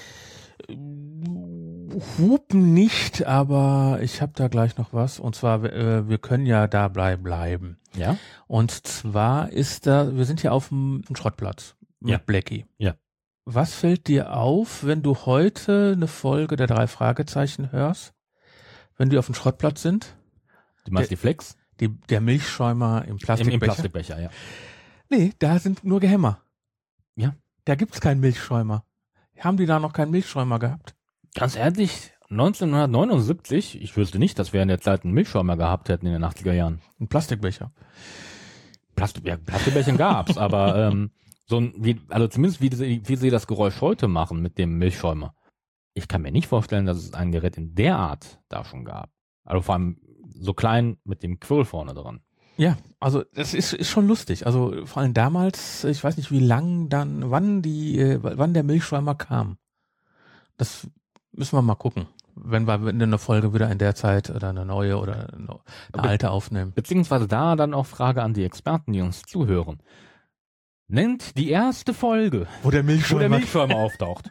Hupen nicht, aber ich habe da gleich noch was. Und zwar, wir können ja dabei bleiben.
Ja?
Und zwar wir sind hier auf dem Schrottplatz mit
Ja.
Blackie.
Ja.
Was fällt dir auf, wenn du heute eine Folge der 3 Fragezeichen hörst, wenn die auf dem Schrottplatz sind?
Du meinst die Flex?
Der Milchschäumer im Plastikbecher?
Im Plastikbecher, ja.
Nee, da sind nur Gehämmer.
Ja.
Da gibt's keinen Milchschäumer. Haben die da noch keinen Milchschäumer gehabt?
Ganz ehrlich, 1979, ich wüsste nicht, dass wir in der Zeit einen Milchschäumer gehabt hätten in den 80er Jahren.
Ein Plastikbecher.
Plastikbecher gab's, aber also zumindest wie sie das Geräusch heute machen mit dem Milchschäumer. Ich kann mir nicht vorstellen, dass es ein Gerät in der Art da schon gab. Also vor allem so klein mit dem Quirl vorne dran.
Ja, also das ist schon lustig. Also vor allem damals, ich weiß nicht wie lang wann der Milchschäumer kam. Das müssen wir mal gucken, wenn wir eine Folge wieder in der Zeit oder eine neue oder eine alte aufnehmen.
Beziehungsweise da dann auch Frage an die Experten, die uns zuhören. Nennt die erste Folge,
Wo der
Milchschäumer auftaucht.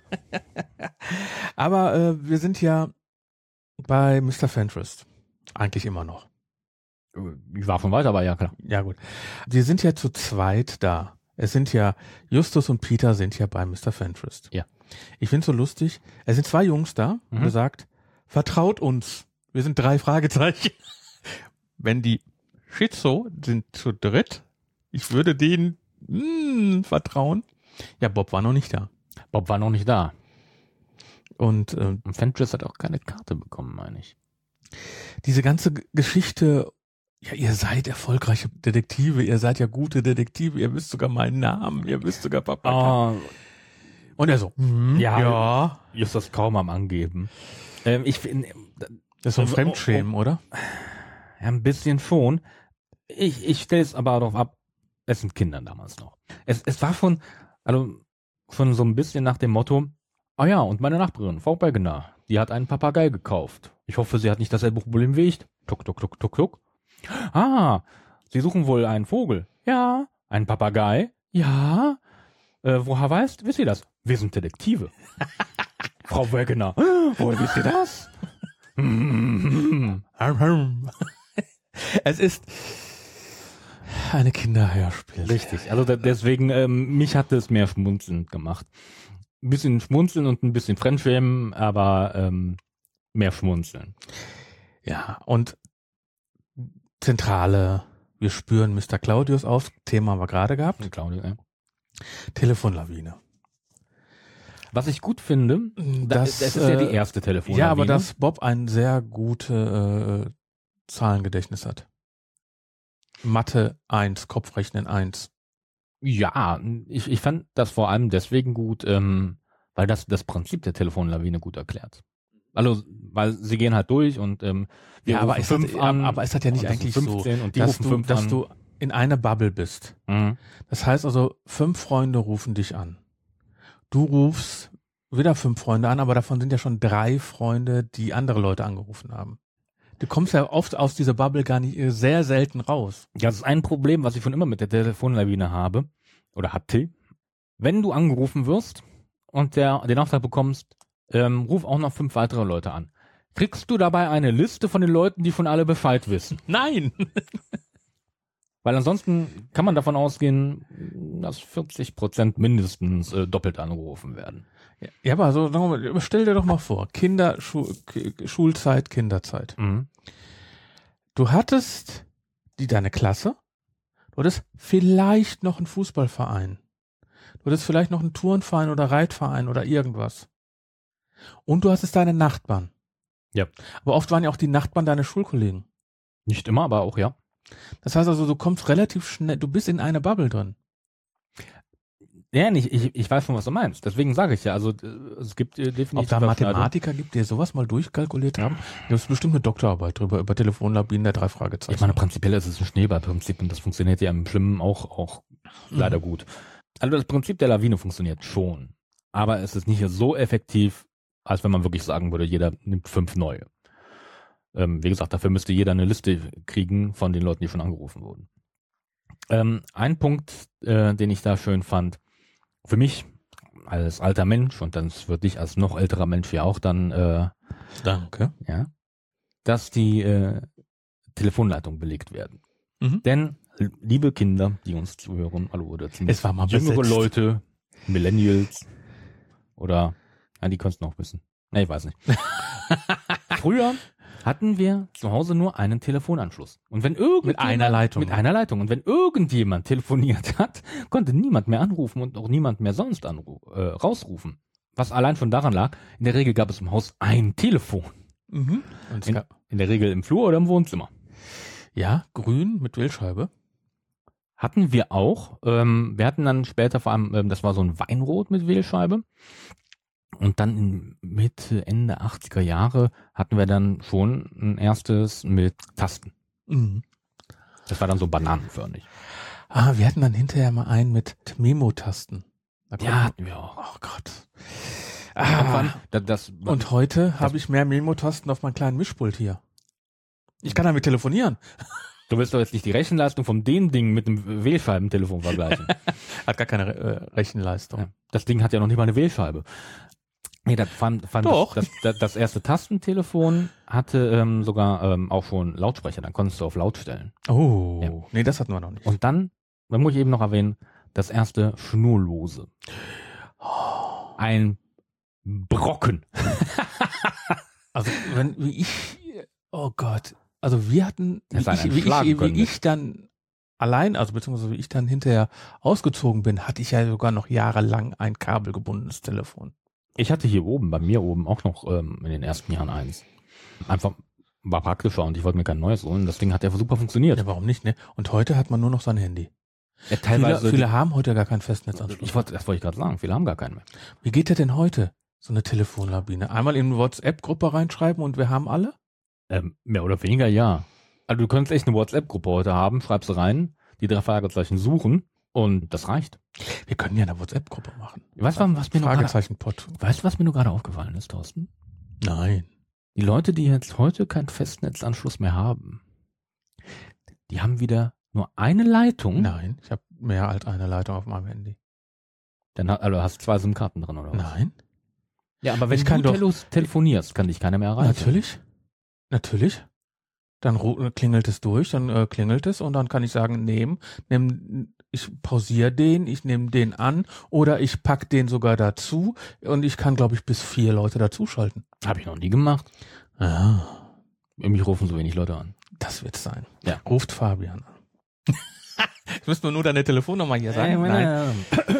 Aber wir sind ja bei Mr. Fentress. Eigentlich immer noch.
Ich war schon weiter, aber ja klar.
Ja gut. Wir sind ja zu zweit da. Es sind ja, Justus und Peter sind ja bei Mr. Fentress.
Ja.
Ich finde es so lustig. Es sind 2 Jungs da und er sagt, vertraut uns. Wir sind 3 Fragezeichen. Wenn die Schizo sind zu dritt, ich würde denen vertrauen. Ja, Bob war noch nicht da.
Bob war noch nicht da.
Und
Und Fentress hat auch keine Karte bekommen, meine ich.
diese ganze Geschichte, ja, ihr seid erfolgreiche Detektive, ihr seid ja gute Detektive, ihr wisst sogar meinen Namen, ihr wisst sogar Papa. Und er so, ja.
Justus kaum am Angeben. Ich finde,
Das ist so ein Fremdschämen, oder?
ja, ein bisschen schon. Ich stelle es aber darauf ab, es sind Kinder damals noch. Es war schon so ein bisschen nach dem Motto, ah ja, und meine Nachbarin, Frau Bergener, die hat einen Papagei gekauft. Ich hoffe, sie hat nicht dasselbe Problem wie ich. Tuck, tuck, tuck, tuck, tuck. Ah, Sie suchen wohl einen Vogel. Ja. Einen Papagei? Ja. Woher wisst ihr das? Wir sind Detektive. Frau Bergener, woher wisst ihr das?
Es ist eine Kinderhörspiel.
Richtig, also deswegen, mich hat es mehr schmunzelnd gemacht. Ein bisschen schmunzeln und ein bisschen Fremdschämen, aber mehr schmunzeln.
Ja, und Zentrale, wir spüren Mr. Claudius auf, Thema haben wir gerade gehabt.
Claudia, ja.
Telefonlawine.
Was ich gut finde, das ist ja die erste Telefonlawine.
Ja, aber dass Bob ein sehr gutes Zahlengedächtnis hat. Mathe 1, Kopfrechnen 1.
Ja, ich fand das vor allem deswegen gut, weil das Prinzip der Telefonlawine gut erklärt. Also, weil sie gehen halt durch und wir
aber
rufen
es
5 an.
Aber es hat ja nicht
und das
eigentlich
sind 15
so,
und die rufen 5
dass
an.
du in einer Bubble bist.
Mhm.
Das heißt also, 5 Freunde rufen dich an. Du rufst wieder 5 Freunde an, aber davon sind ja schon 3 Freunde, die andere Leute angerufen haben. Du kommst ja oft aus dieser Bubble gar nicht sehr selten raus.
Das ist ein Problem, was ich schon immer mit der Telefonlawine habe oder hatte. Wenn du angerufen wirst und den Auftrag bekommst, ruf auch noch 5 weitere Leute an. Kriegst du dabei eine Liste von den Leuten, die von alle Bescheid wissen?
Nein!
Weil ansonsten kann man davon ausgehen, dass 40% mindestens doppelt angerufen werden.
Ja, aber so, sagen wir mal, stell dir doch mal vor, Schulzeit, Kinderzeit.
Mhm.
Du hattest deine Klasse, du hattest vielleicht noch einen Fußballverein, du hattest vielleicht noch einen Turnverein oder Reitverein oder irgendwas. Und du hattest deine Nachbarn.
Ja.
Aber oft waren ja auch die Nachbarn deine Schulkollegen.
Nicht immer, aber auch ja.
Das heißt also, du kommst relativ schnell, du bist in einer Bubble drin.
Ja, ich weiß schon, was du meinst. Deswegen sage ich ja, also es gibt definitiv...
Ob da Mathematiker gibt, die sowas mal durchkalkuliert haben, da ist bestimmt eine Doktorarbeit drüber, über Telefonlabinen der 3 Fragezeichen.
Ich meine, prinzipiell ist es ein Schneeballprinzip und das funktioniert ja im Schwimmen auch leider gut. Also das Prinzip der Lawine funktioniert schon, aber es ist nicht so effektiv, als wenn man wirklich sagen würde, jeder nimmt 5 neue. Wie gesagt, dafür müsste jeder eine Liste kriegen von den Leuten, die schon angerufen wurden. Ein Punkt, den ich da schön fand, für mich als alter Mensch, und das wird dich als noch älterer Mensch ja auch dann,
Danke.
ja, dass die Telefonleitungen belegt werden.
Mhm.
Denn, liebe Kinder, die uns zuhören, hallo, oder
Es war mal
jüngere
besetzt.
Leute, Millennials, oder, die können es noch wissen. Nee, ich weiß nicht. Früher hatten wir zu Hause nur einen Telefonanschluss. Und wenn
Mit einer Leitung.
Mit einer Leitung. Und wenn irgendjemand telefoniert hat, konnte niemand mehr anrufen und auch niemand mehr sonst rausrufen. Was allein schon daran lag, in der Regel gab es im Haus ein Telefon.
Mhm. Und
In der Regel im Flur oder im Wohnzimmer.
ja, grün mit Wählscheibe.
Hatten wir auch. Wir hatten dann später vor allem, das war so ein Weinrot mit Wählscheibe. Und dann in Mitte, Ende 80er Jahre hatten wir dann schon ein erstes mit Tasten.
Mhm.
Das war dann so bananenförmig.
Wir hatten dann hinterher mal einen mit Memo-Tasten. Da konnte
Ja,
man-
hatten wir auch.
Oh Gott.
Irgendwann, das
Und heute habe ich mehr Memo-Tasten auf meinem kleinen Mischpult hier. Ich kann damit telefonieren.
du willst doch jetzt nicht die Rechenleistung von dem Ding mit dem Wählscheibentelefon vergleichen.
Hat gar keine Rechenleistung.
Ja. Das Ding hat ja noch nicht mal eine Wählscheibe. Nee, das fand
Doch.
das erste Tastentelefon hatte sogar auch schon Lautsprecher, dann konntest du auf laut stellen.
Oh,
Ja.
nee, das hatten wir noch nicht.
Und dann muss ich eben noch erwähnen, das erste Schnurlose. Ein Brocken.
Also, oh Gott, also wir hatten,
Das hat einen schlagen können.
wie ich dann allein, also beziehungsweise wie ich dann hinterher ausgezogen bin, hatte ich ja sogar noch jahrelang ein kabelgebundenes Telefon.
Ich hatte hier oben, bei mir oben, auch noch in den ersten Jahren eins. Einfach war praktischer und ich wollte mir kein neues holen. Das Ding hat ja super funktioniert.
Ja, warum nicht, ne? Und heute hat man nur noch sein Handy.
Ja, teilweise
Viele haben heute gar keinen Festnetzanschluss.
das wollte ich gerade sagen. Viele haben gar keinen mehr.
Wie geht der denn heute, so eine Telefonlawine? Einmal in eine WhatsApp-Gruppe reinschreiben und wir haben alle?
Mehr oder weniger ja. Also du könntest echt eine WhatsApp-Gruppe heute haben, schreibst du rein, die 3 Fragezeichen suchen und das reicht.
Wir können ja eine WhatsApp-Gruppe machen.
Weißt du, was mir nur gerade aufgefallen ist, Thorsten?
Nein.
Die Leute, die jetzt heute keinen Festnetzanschluss mehr haben, die haben wieder nur eine Leitung.
Nein, ich habe mehr als eine Leitung auf meinem Handy.
Dann hast du 2 SIM-Karten drin, oder was?
Nein.
Ja, aber wenn
Ich kann
du
doch-
telefonierst, kann dich keiner mehr erreichen.
Natürlich. Dann klingelt es durch, dann klingelt es und dann kann ich sagen, ich pausiere den, ich nehme den an oder ich pack den sogar dazu und ich kann, glaube ich, bis 4 Leute dazuschalten.
Habe ich noch nie gemacht.
Ah,
Mich rufen so wenig Leute an.
das wird's sein.
Ja.
Ruft Fabian an. Ich müsste nur deine Telefonnummer hier sagen. Nein.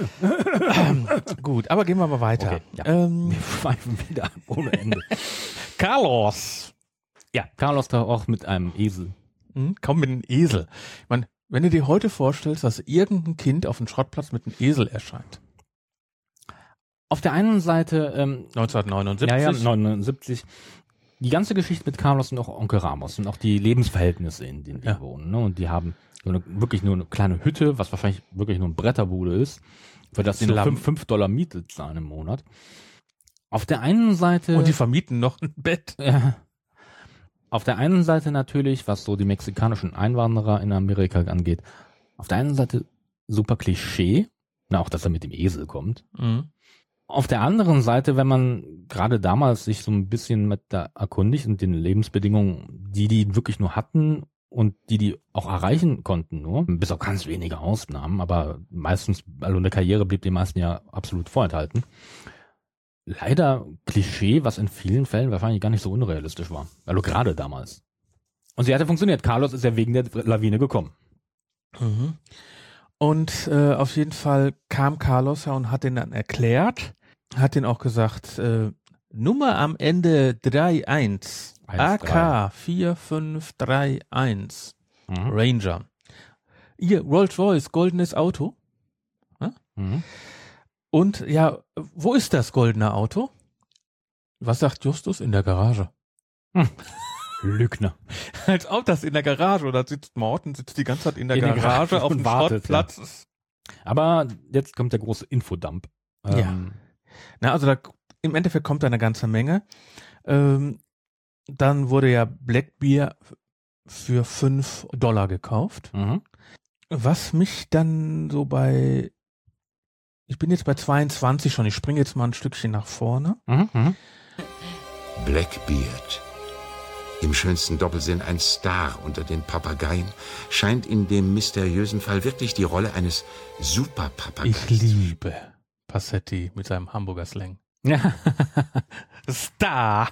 Gut, aber gehen wir mal weiter.
Okay, ja. Wir schweifen wieder ab ohne Ende.
Carlos.
Ja, Carlos da auch mit einem Esel.
Komm mit einem Esel. Ich meine, wenn du dir heute vorstellst, dass irgendein Kind auf dem Schrottplatz mit einem Esel erscheint.
Auf der einen Seite
1979.
Ja, 79. Die ganze Geschichte mit Carlos und auch Onkel Ramos und auch die Lebensverhältnisse, in denen die
Ja.
wohnen. Ne? Und die haben wirklich nur eine kleine Hütte, was wahrscheinlich wirklich nur ein Bretterbude ist, für das sie nur
Slum.
$5 Miete zahlen im Monat. Auf der einen Seite...
Und die vermieten noch ein Bett.
Ja. Auf der einen Seite natürlich, was so die mexikanischen Einwanderer in Amerika angeht, auf der einen Seite super Klischee, auch dass er mit dem Esel kommt. Auf der anderen Seite, wenn man gerade damals sich so ein bisschen mit da erkundigt und den Lebensbedingungen, die wirklich nur hatten und die auch erreichen konnten nur, bis auf ganz wenige Ausnahmen, aber meistens, also eine Karriere blieb den meisten ja absolut vorenthalten. Leider Klischee, was in vielen Fällen wahrscheinlich gar nicht so unrealistisch war. Also gerade damals. Und sie hatte funktioniert. Carlos ist ja wegen der Lawine gekommen.
Mhm. Und auf jeden Fall kam Carlos und hat den dann erklärt, hat den auch gesagt, Nummer am Ende 31, AK 4531, Ranger. Ihr Rolls-Royce, goldenes Auto. Ja?
Mhm.
Und ja, wo ist das goldene Auto? Was sagt Justus? In der Garage.
Lügner.
Als ob das in der Garage, oder sitzt Morten, sitzt die ganze Zeit in der
In der
Garage
Garage
auf
und
dem
wartet,
Schrottplatz.
Aber jetzt kommt der große Infodump.
Ja. Na, also im Endeffekt kommt da eine ganze Menge. Dann wurde ja Blackbeard für $5 gekauft.
Mhm.
Was mich dann so ich bin jetzt bei 22 schon, ich springe jetzt mal ein Stückchen nach vorne.
Mhm. Mhm.
Blackbeard. Im schönsten Doppelsinn ein Star unter den Papageien, scheint in dem mysteriösen Fall wirklich die Rolle eines Superpapageis.
Ich liebe Passetti mit seinem Hamburger-Slang.
Ja.
Star.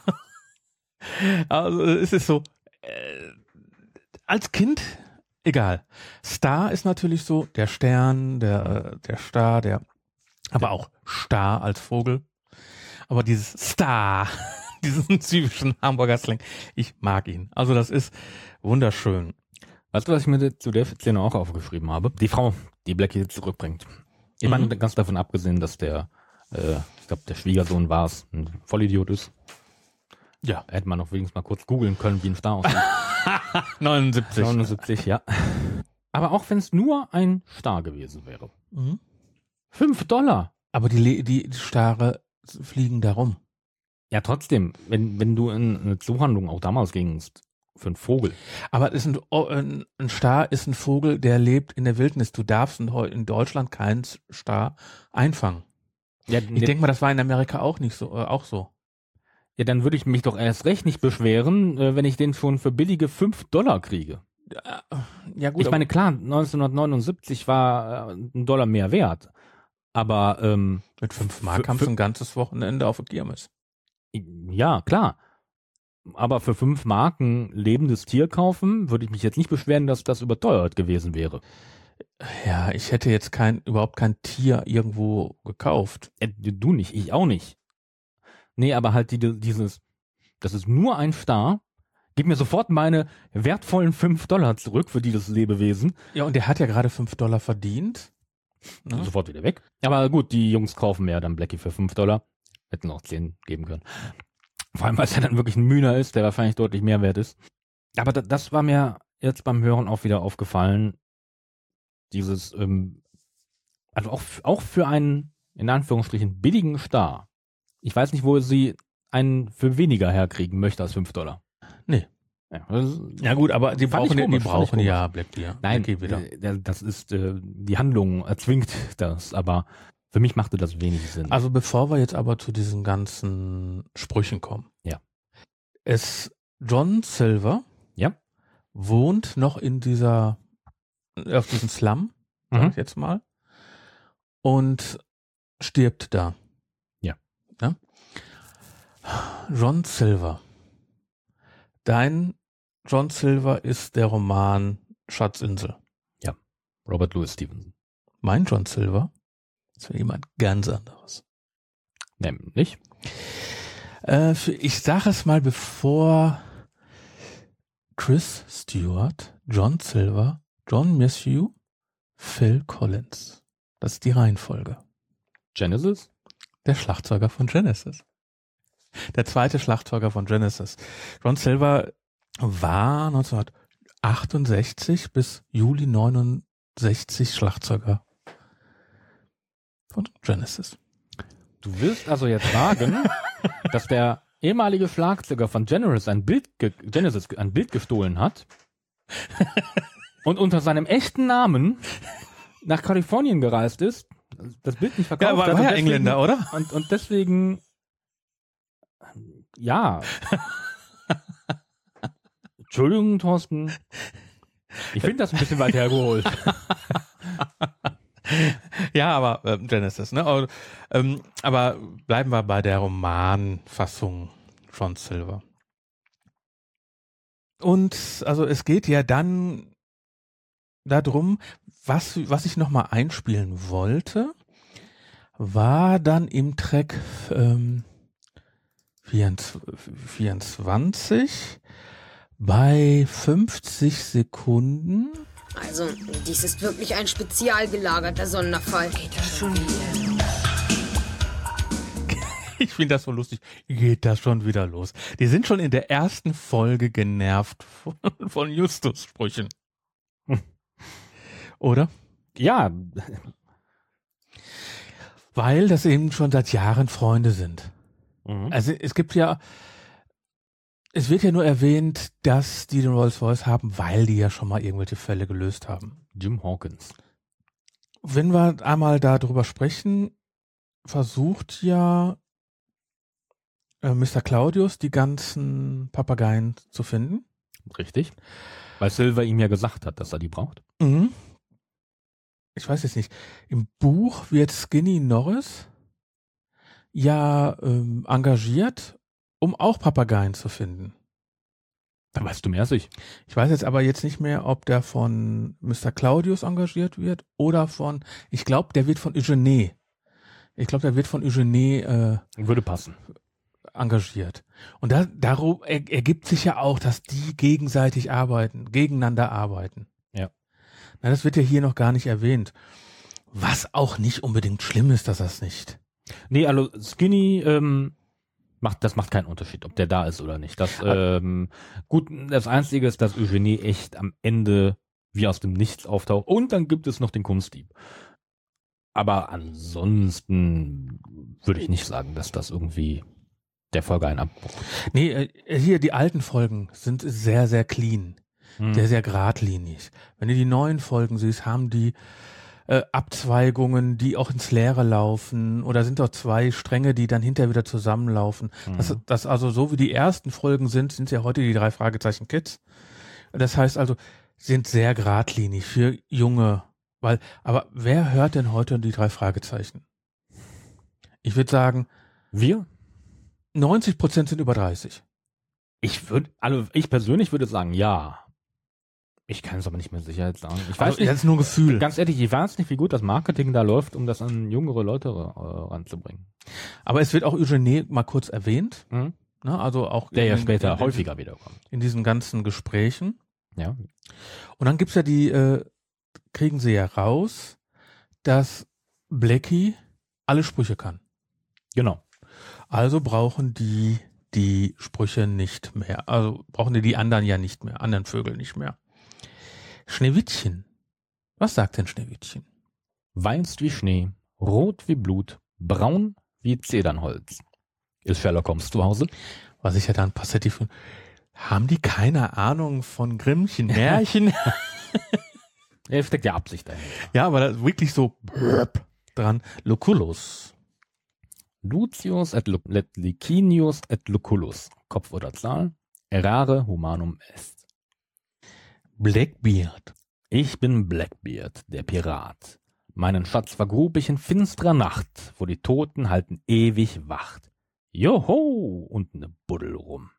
Also es ist so, als Kind, egal. Star ist natürlich so der Stern, der Star, aber auch Star als Vogel. Aber dieses Star, diesen typischen Hamburger-Slang, ich mag ihn. Also das ist wunderschön.
Weißt du, was ich mir zu der Szene auch aufgeschrieben habe? Die Frau, die Blackie zurückbringt. Ich meine, ganz davon abgesehen, dass ich glaube, der Schwiegersohn war es, ein Vollidiot ist.
Ja.
Hätte man noch wenigstens mal kurz googeln können, wie ein Star aussieht.
79.
79, ja. Aber auch wenn es nur ein Star gewesen wäre.
Mhm.
$5.
Aber die Stare fliegen da rum.
Ja, trotzdem, wenn du in eine Zuhandlung auch damals gingst, für einen Vogel.
Aber ein Star ist ein Vogel, der lebt in der Wildnis. Du darfst in Deutschland keinen Star einfangen.
Ja,
Ich denke mal, das war in Amerika auch nicht so, auch so.
Ja, dann würde ich mich doch erst recht nicht beschweren, wenn ich den schon für billige $5 kriege.
Ja gut.
Ich meine, klar, 1979 war $1 mehr wert. Aber
mit 5 Mark haben sie ein ganzes Wochenende auf der Kirmes.
Ja, klar. Aber für 5 Mark ein lebendes Tier kaufen, würde ich mich jetzt nicht beschweren, dass das überteuert gewesen wäre.
Ja, ich hätte jetzt überhaupt kein Tier irgendwo gekauft.
Du nicht, ich auch nicht. Nee, aber halt das ist nur ein Star. Gib mir sofort meine wertvollen $5 zurück für dieses Lebewesen.
Ja, und der hat ja gerade $5 verdient. Ne?
Sofort wieder weg. Aber gut, die Jungs kaufen mehr dann Blackie für $5. Hätten auch 10 geben können. Vor allem, weil es ja dann wirklich ein Mühner ist, der wahrscheinlich deutlich mehr wert ist. Aber das war mir jetzt beim Hören auch wieder aufgefallen. Dieses, also auch für einen, in Anführungsstrichen, billigen Star. Ich weiß nicht, wo sie einen für weniger herkriegen möchte als $5.
Nee. Ja gut, aber die brauchen ja Blackbeard.
Nein, das ist, die Handlung erzwingt das, aber für mich machte das wenig Sinn.
Also bevor wir jetzt aber zu diesen ganzen Sprüchen kommen.
Ja.
John Silver wohnt noch auf diesem Slum, sag ich jetzt mal, und stirbt da.
Ja.
John Silver. Dein John Silver ist der Roman Schatzinsel.
Ja. Robert Louis Stevenson.
Mein John Silver ist für jemand ganz anderes.
Nämlich?
Ich sage es mal, bevor Chris Stewart, John Silver, John Matthew, Phil Collins. Das ist die Reihenfolge.
Genesis?
Der Schlagzeuger von Genesis. Der zweite Schlagzeuger von Genesis. John Silver war 1968 bis Juli 69 Schlagzeuger von Genesis.
Du willst also jetzt sagen, dass der ehemalige Schlagzeuger von Genesis ein Bild gestohlen hat und unter seinem echten Namen nach Kalifornien gereist ist, das Bild nicht verkauft hat.
Ja, war ja Engländer, oder?
Und deswegen, ja. Entschuldigung, Thorsten. Ich finde das ein bisschen weit hergeholt.
Ja, aber Genesis, ne? Aber bleiben wir bei der Romanfassung John Silver. Und also es geht ja dann darum, was ich nochmal einspielen wollte, war dann im Track 24 bei 50 Sekunden.
Also, dies ist wirklich ein spezial gelagerter Sonderfall.
Geht das schon wieder?
Ich finde das so lustig. Geht das schon wieder los? Die sind schon in der ersten Folge genervt von Justus-Sprüchen. Oder?
Ja.
Weil das eben schon seit Jahren Freunde sind.
Mhm.
Also es wird ja nur erwähnt, dass die den Rolls-Royce haben, weil die ja schon mal irgendwelche Fälle gelöst haben.
Jim Hawkins.
Wenn wir einmal darüber sprechen, versucht ja Mr. Claudius die ganzen Papageien zu finden.
Richtig. Weil Silver ihm ja gesagt hat, dass er die braucht.
Mhm. Ich weiß jetzt nicht. Im Buch wird Skinny Norris ja engagiert, um auch Papageien zu finden.
Da weißt du mehr als ich.
Ich weiß jetzt aber nicht mehr, ob der von Mr. Claudius engagiert wird oder ich glaube, der wird von Eugenie.
Würde passen.
Engagiert. Und darum ergibt sich ja auch, dass die gegeneinander arbeiten.
Ja.
Na, das wird ja hier noch gar nicht erwähnt. Was auch nicht unbedingt schlimm ist, dass das nicht.
Nee, also Skinny macht keinen Unterschied, ob der da ist oder nicht. Das Einzige ist, dass Eugenie echt am Ende wie aus dem Nichts auftaucht. Und dann gibt es noch den Kunstdieb. Aber ansonsten würde ich nicht sagen, dass das irgendwie der Folge einen Abbruch.
Nee, hier die alten Folgen sind sehr, sehr clean. Sehr, sehr geradlinig. Wenn du die neuen Folgen siehst, haben die Abzweigungen, die auch ins Leere laufen, oder sind doch zwei Stränge, die dann hinterher wieder zusammenlaufen. Das also so wie die ersten Folgen sind ja heute die 3 Fragezeichen Kids. Das heißt also, sind sehr geradlinig für junge, aber wer hört denn heute die 3 Fragezeichen? Ich würde sagen,
Wir?
90% sind über 30.
Ich persönlich würde sagen, ja. Ich kann es aber nicht mehr sicher sagen. Ich weiß
Also,
nicht.
das ist nur ein Gefühl.
Ganz ehrlich, ich weiß nicht, wie gut das Marketing da läuft, um das an jüngere Leute ranzubringen.
Aber es wird auch Eugenie mal kurz erwähnt.
Mhm.
Ne, also auch
Der ja später häufiger wiederkommt.
in diesen ganzen Gesprächen.
Ja.
Und dann gibt's ja kriegen sie ja raus, dass Blackie alle Sprüche kann.
Genau.
Also brauchen die Sprüche nicht mehr. Also brauchen die anderen ja nicht mehr, anderen Vögel nicht mehr. Schneewittchen. Was sagt denn Schneewittchen?
Weiß wie Schnee, rot wie Blut, braun wie Zedernholz. Ist Sherlock Holmes zu Hause?
Was ich ja dann Passetti finde. Haben die keine Ahnung von Grimmchen Märchen?
Er steckt ja Absicht dahinter.
Ja, aber da wirklich so dran. Lucullus.
Lucius et Licinius et Lucullus. Kopf oder Zahl. Errare humanum est.
Blackbeard.
Ich bin Blackbeard, der Pirat. Meinen Schatz vergrub ich in finsterer Nacht, wo die Toten halten ewig Wacht. Joho, und ne Buddel rum.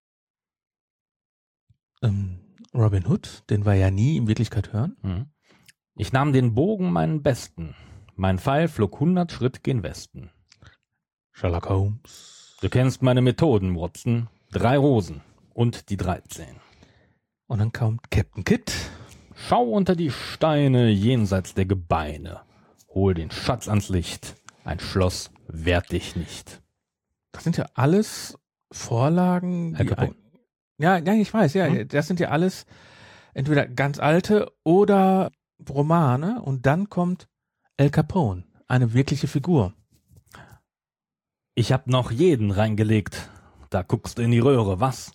Robin Hood, den wir ja nie in Wirklichkeit hören.
Ich nahm den Bogen meinen besten. Mein Pfeil flog 100 Schritt gen Westen.
Sherlock Holmes.
Du kennst meine Methoden, Watson. 3 Rosen und die 13.
Und dann kommt Captain Kidd.
Schau unter die Steine jenseits der Gebeine. Hol den Schatz ans Licht. Ein Schloss wehrt dich nicht.
Das sind ja alles Vorlagen.
Al Capone.
Ja, ich weiß, ja. Das sind ja alles entweder ganz alte oder Romane. Und dann kommt Al Capone, eine wirkliche Figur.
Ich hab noch jeden reingelegt. Da guckst du in die Röhre, was?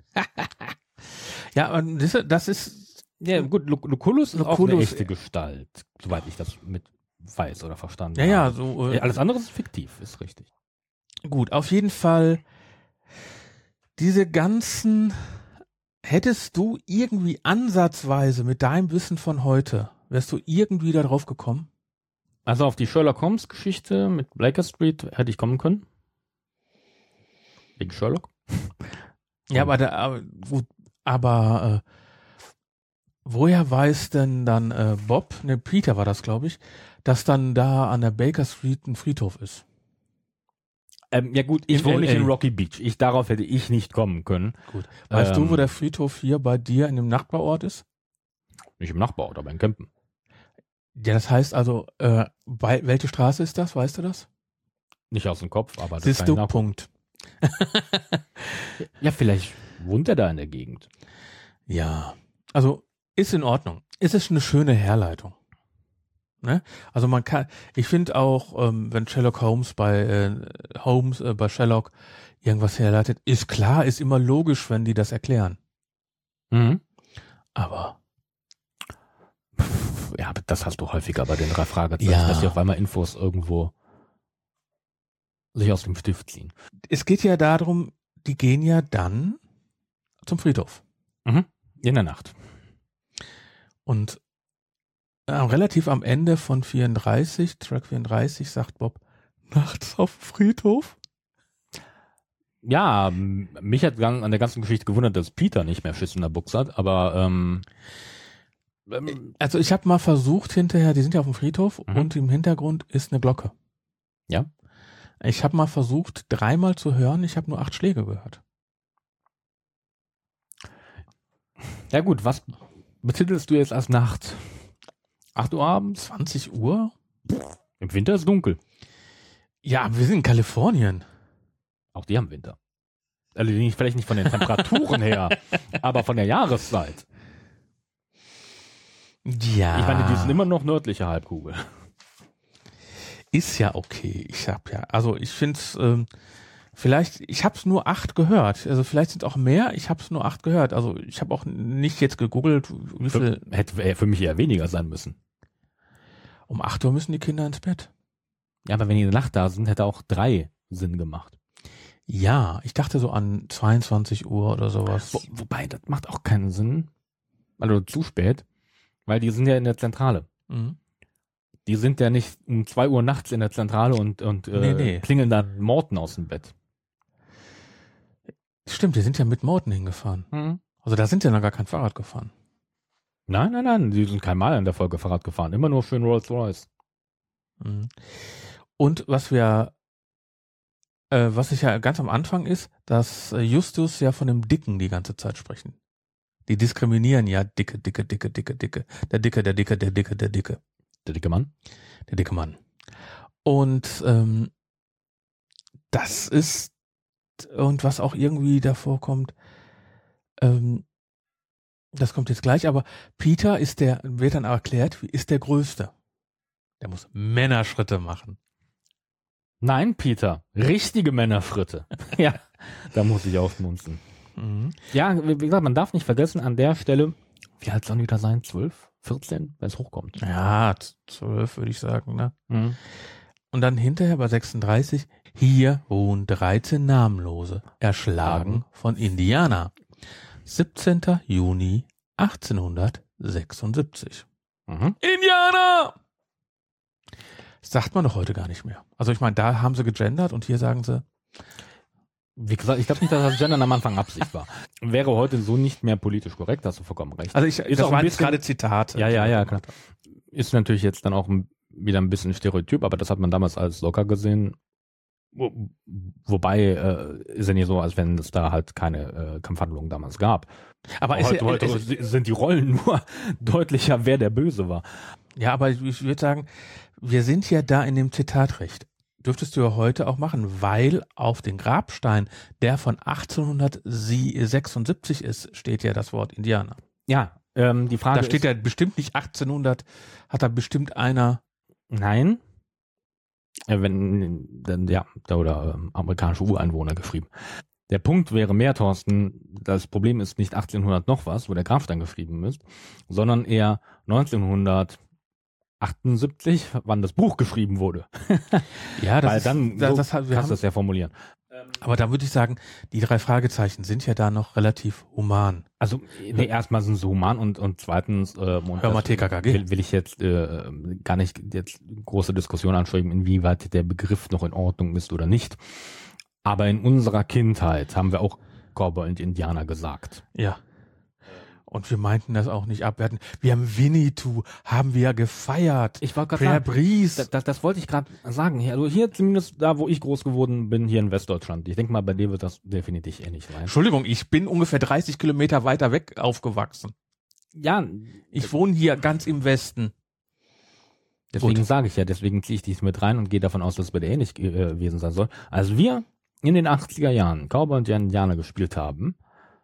Ja, und das ist
Ja, gut, Lucullus ist auch eine
Lucullus,
echte Gestalt, soweit ich das mit weiß oder verstanden
ja,
habe.
so.
Alles andere ist fiktiv, ist richtig.
Gut, auf jeden Fall diese ganzen hättest du irgendwie ansatzweise mit deinem Wissen von heute, wärst du irgendwie da drauf gekommen?
Also auf die Sherlock Holmes Geschichte mit Baker Street hätte ich kommen können. Wegen Sherlock.
Ja, aber woher weiß denn dann Peter war das, glaube ich, dass dann da an der Baker Street ein Friedhof ist?
Ja gut, ich wohne nicht in Rocky Beach. Darauf hätte ich nicht kommen können. Gut.
Weißt du, wo der Friedhof hier bei dir in dem Nachbarort ist?
Nicht im Nachbarort, aber in Kempen.
Ja, das heißt also, welche Straße ist das? Weißt du das?
Nicht aus dem Kopf, aber das
Siehst du, Punkt.
Ja, vielleicht wohnt er da in der Gegend.
Ja, also ist in Ordnung. Ist es eine schöne Herleitung. Ne? Also ich finde auch, wenn Sherlock Holmes bei Sherlock irgendwas herleitet, ist klar, ist immer logisch, wenn die das erklären.
Mhm.
Aber
ja, das hast du häufiger bei den 3 Fragezeichen, dass die auf einmal Infos irgendwo sich aus dem Stift ziehen.
Es geht ja darum, die gehen ja dann zum Friedhof.
Mhm. In der Nacht.
Und relativ am Ende von Track 34, sagt Bob, nachts auf dem Friedhof?
Ja, mich hat an der ganzen Geschichte gewundert, dass Peter nicht mehr Schiss in der Buchse hat, aber
also ich habe mal versucht hinterher, die sind ja auf dem Friedhof und im Hintergrund ist eine Glocke.
Ja.
Ich habe mal versucht, 3-mal zu hören, ich habe nur 8 Schläge gehört.
Ja gut, was betitelst du jetzt als Nacht? 8 Uhr abends?
20 Uhr?
Im Winter ist dunkel.
Ja, wir sind in Kalifornien.
Auch die haben Winter. Also vielleicht nicht von den Temperaturen her, aber von der Jahreszeit.
Ja.
Ich meine, die sind immer noch nördliche Halbkugel.
Ist ja okay. Ich finde es, ich habe es nur 8 gehört. Also vielleicht sind auch mehr, ich habe es nur 8 gehört. Also ich habe auch nicht jetzt gegoogelt, wie viel.
Hätte für mich eher weniger sein müssen.
Um 8 Uhr müssen die Kinder ins Bett.
Ja, aber wenn die in der Nacht da sind, hätte auch 3 Sinn gemacht.
Ja, ich dachte so an 22 Uhr oder sowas.
Wobei, das macht auch keinen Sinn. Also zu spät, weil die sind ja in der Zentrale.
Mhm.
Die sind ja nicht um 2 Uhr nachts in der Zentrale und
nee.
klingeln dann Morten aus dem Bett.
Stimmt, die sind ja mit Morten hingefahren.
Mhm.
Also da sind ja noch gar kein Fahrrad gefahren.
Nein, die sind kein Mal in der Folge Fahrrad gefahren. Immer nur schön Rolls-Royce.
Mhm. Und was ich ja ganz am Anfang ist, dass Justus ja von dem Dicken die ganze Zeit sprechen. Die diskriminieren ja Dicke. Der Dicke. Der Dicke Mann. Der dicke Mann. Und das ist, und was auch irgendwie davor kommt, das kommt jetzt gleich, aber Peter wird dann erklärt, ist der Größte. Der muss Männerschritte machen.
Nein, Peter, richtige Männerschritte. Ja, da muss ich aufmunzeln.
Mhm.
Ja, wie gesagt, man darf nicht vergessen, an der Stelle, wie alt sollen die da sein? 12? 14, wenn es hochkommt.
Ja, 12 würde ich sagen, ne?
Mhm.
Und dann hinterher bei 36, hier wohnen 13 Namenlose, erschlagen von Indianer. 17. Juni 1876.
Mhm.
Indianer! Das sagt man doch heute gar nicht mehr. Also ich meine, da haben sie gegendert und hier sagen sie.
Wie gesagt, ich glaube nicht, dass das Gendern am Anfang Absicht war. Wäre heute so nicht mehr politisch korrekt, hast du vollkommen recht.
Also
ist
das
auch
waren jetzt gerade Zitate.
Ja, klar. Ist natürlich jetzt dann auch wieder ein bisschen Stereotyp, aber das hat man damals als locker gesehen. Wobei ist ja nicht so, als wenn es da halt keine Kampfhandlungen damals gab. Aber heute sind die Rollen nur deutlicher, wer der Böse war.
Ja, aber ich würde sagen, wir sind ja da in dem Zitatrecht. Dürftest du ja heute auch machen, weil auf den Grabstein, der von 1876 ist, steht ja das Wort Indianer.
Ja, die Frage
da steht ja bestimmt nicht 1800, hat da bestimmt einer.
Nein. Wenn, dann, ja, oder amerikanische Ureinwohner geschrieben. Der Punkt wäre mehr, Thorsten, das Problem ist nicht 1800 noch was, wo der Grabstein geschrieben ist, sondern eher 1978, wann das Buch geschrieben wurde.
Ja,
Weil dann kannst du das ja formulieren.
Aber da würde ich sagen, die 3 Fragezeichen sind ja da noch relativ human.
Also, nee, erstmal sind sie human und zweitens,
Hör mal TKKG.
will ich jetzt gar nicht jetzt große Diskussion anstreben, inwieweit der Begriff noch in Ordnung ist oder nicht. Aber in unserer Kindheit haben wir auch Cowboy und Indianer gesagt.
Ja. Und wir meinten das auch nicht abwerten. Wir haben Winnetou, haben wir ja gefeiert.
Ich war gerade
Breeze.
Das wollte ich gerade sagen. Also hier zumindest da, wo ich groß geworden bin, hier in Westdeutschland. Ich denke mal, bei dir wird das definitiv ähnlich sein.
Entschuldigung, ich bin ungefähr 30 Kilometer weiter weg aufgewachsen.
Ja.
Ich wohne hier ganz im Westen.
Deswegen sage ich ja, deswegen ziehe ich dies mit rein und gehe davon aus, dass es bei dir ähnlich gewesen sein soll. Als wir in den 80er Jahren Cowboy und Indianer gespielt haben,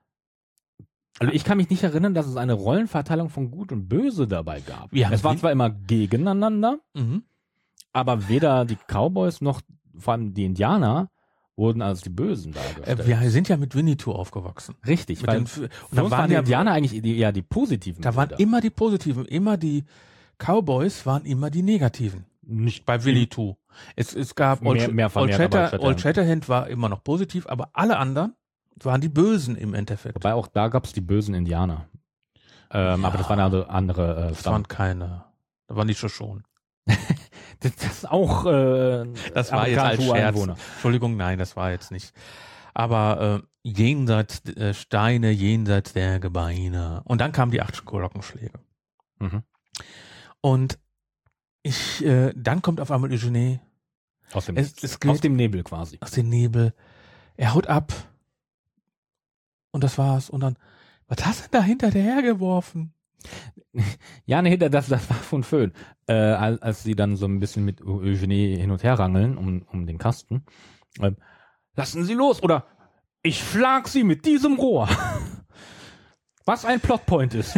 also ich kann mich nicht erinnern, dass es eine Rollenverteilung von Gut und Böse dabei gab. Es war zwar immer gegeneinander, aber weder die Cowboys noch vor allem die Indianer wurden als die Bösen dargestellt.
Wir sind ja mit Winnetou aufgewachsen.
Richtig,
weil
für uns waren die Indianer eigentlich die Positiven.
Da waren immer die Positiven, immer die Cowboys waren immer die Negativen.
Nicht
bei Winnetou. Es gab Old Shatterhand war immer noch positiv, aber alle anderen waren die Bösen im Endeffekt.
Wobei auch da gab es die bösen Indianer. Aber das waren also andere
das waren keine. Da waren die schon.
Das ist auch
das war jetzt als Scherz. Entschuldigung, nein, das war jetzt nicht. Aber jenseits Steine, jenseits der Gebeine. Und dann kamen die 8 Glockenschläge.
Mhm.
Und dann kommt auf einmal Eugenie.
Aus dem Nebel quasi.
Aus dem Nebel. Er haut ab. Und das war's. Und dann, was hast du da hinterher geworfen?
Ja, nee, das war von Föhn. Als sie dann so ein bisschen mit Eugenie hin und her rangeln um den Kasten. Lassen Sie los oder ich schlag Sie mit diesem Rohr. Was ein Plotpoint ist.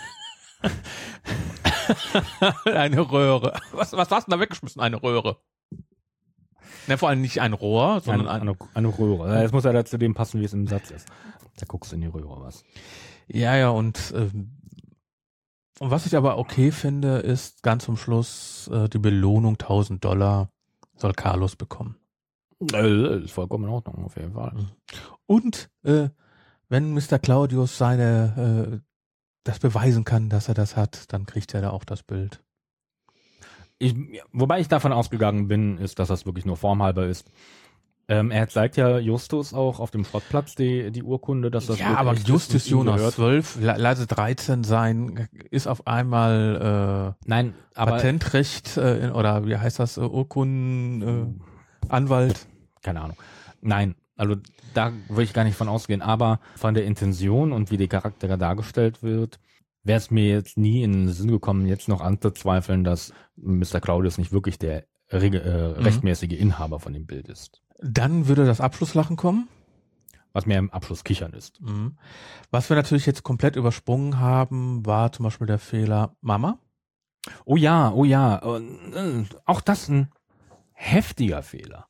Eine Röhre. Was hast du da weggeschmissen? Eine Röhre. Ne, vor allem nicht ein Rohr, sondern
eine Röhre. Es muss ja zu dem passen, wie es im Satz ist. Da guckst du in die Röhre was.
Ja, und was ich aber okay finde, ist ganz zum Schluss die Belohnung $1000 soll Carlos bekommen.
Ist vollkommen in Ordnung, auf jeden Fall.
Und wenn Mr. Claudius das beweisen kann, dass er das hat, dann kriegt er da auch das Bild.
Wobei ich davon ausgegangen bin, ist, dass das wirklich nur formhalber ist. Er zeigt ja Justus auch auf dem Schrottplatz die Urkunde, dass das
aber Justus Jonas 12, lasse 13 sein, ist auf einmal
nein, aber
Patentrecht oder wie heißt das, Urkundenanwalt?
Keine Ahnung. Nein, also da würde ich gar nicht von ausgehen, aber von der Intention und wie die Charaktere dargestellt wird, wäre es mir jetzt nie in den Sinn gekommen, jetzt noch anzuzweifeln, dass Mr. Claudius nicht wirklich der rechtmäßige Inhaber von dem Bild ist.
Dann würde das Abschlusslachen kommen.
Was mehr im Abschluss Kichern ist.
Mhm. Was wir natürlich jetzt komplett übersprungen haben, war zum Beispiel der Fehler Mama.
Oh ja. Auch das ein heftiger Fehler.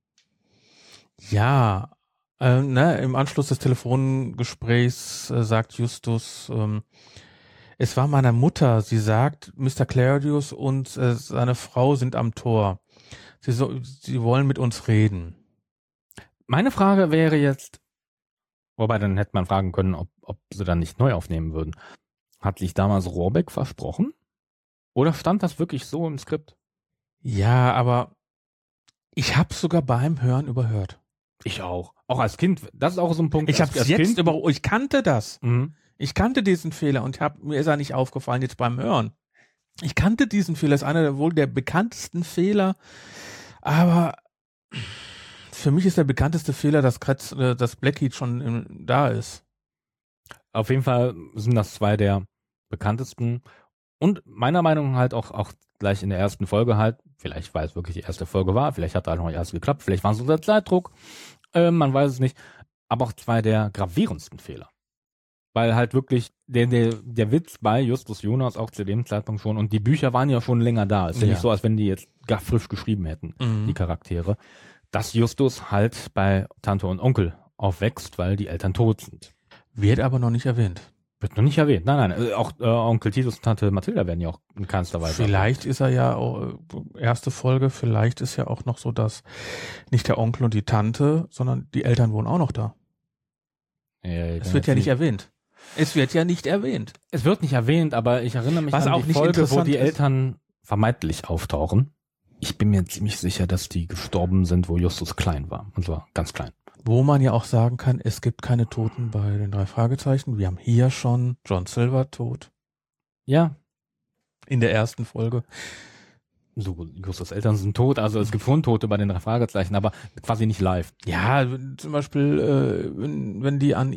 Ja, im Anschluss des Telefongesprächs sagt Justus, es war meiner Mutter, sie sagt, Mr. Claudius und seine Frau sind am Tor. Sie wollen mit uns reden.
Meine Frage wäre jetzt, wobei dann hätte man fragen können, ob sie dann nicht neu aufnehmen würden. Hat sich damals Rohrbeck versprochen? Oder stand das wirklich so im Skript?
Ja, aber ich hab's sogar beim Hören überhört.
Ich auch. Auch als Kind. Das ist auch so ein Punkt.
Ich kannte das.
Mhm.
Ich kannte diesen Fehler und mir ist er nicht aufgefallen jetzt beim Hören. Ich kannte diesen Fehler, ist einer wohl der bekanntesten Fehler, aber für mich ist der bekannteste Fehler, dass Blackheath schon da ist.
Auf jeden Fall sind das zwei der bekanntesten und meiner Meinung nach halt auch gleich in der ersten Folge halt, vielleicht weil es wirklich die erste Folge war, vielleicht hat da noch nicht alles geklappt, vielleicht war es unter Zeitdruck, man weiß es nicht, aber auch zwei der gravierendsten Fehler. Weil halt wirklich der Witz bei Justus Jonas auch zu dem Zeitpunkt schon, und die Bücher waren ja schon länger da. Ist ja nicht so, als wenn die jetzt gar frisch geschrieben hätten, die Charaktere. Dass Justus halt bei Tante und Onkel aufwächst, weil die Eltern tot sind.
Wird aber noch nicht erwähnt.
Wird noch nicht erwähnt. Nein. Auch Onkel Titus und Tante Mathilda werden ja auch in keinster Weise.
Vielleicht ist er ja auch, erste Folge, vielleicht ist ja auch noch so, dass nicht der Onkel und die Tante, sondern die Eltern wohnen auch noch da. Es wird ja nicht erwähnt. Es wird nicht erwähnt, aber ich erinnere mich an die Folge, wo die Eltern vermeintlich auftauchen. Ich bin mir ziemlich sicher, dass die gestorben sind, wo Justus klein war. Und zwar ganz klein. Wo man ja auch sagen kann, es gibt keine Toten bei den 3 Fragezeichen. Wir haben hier schon John Silver tot. Ja. In der ersten Folge. So, Justus Eltern sind tot, also es gibt schon Tote bei den 3 Fragezeichen, aber quasi nicht live. Ja, zum Beispiel, wenn die an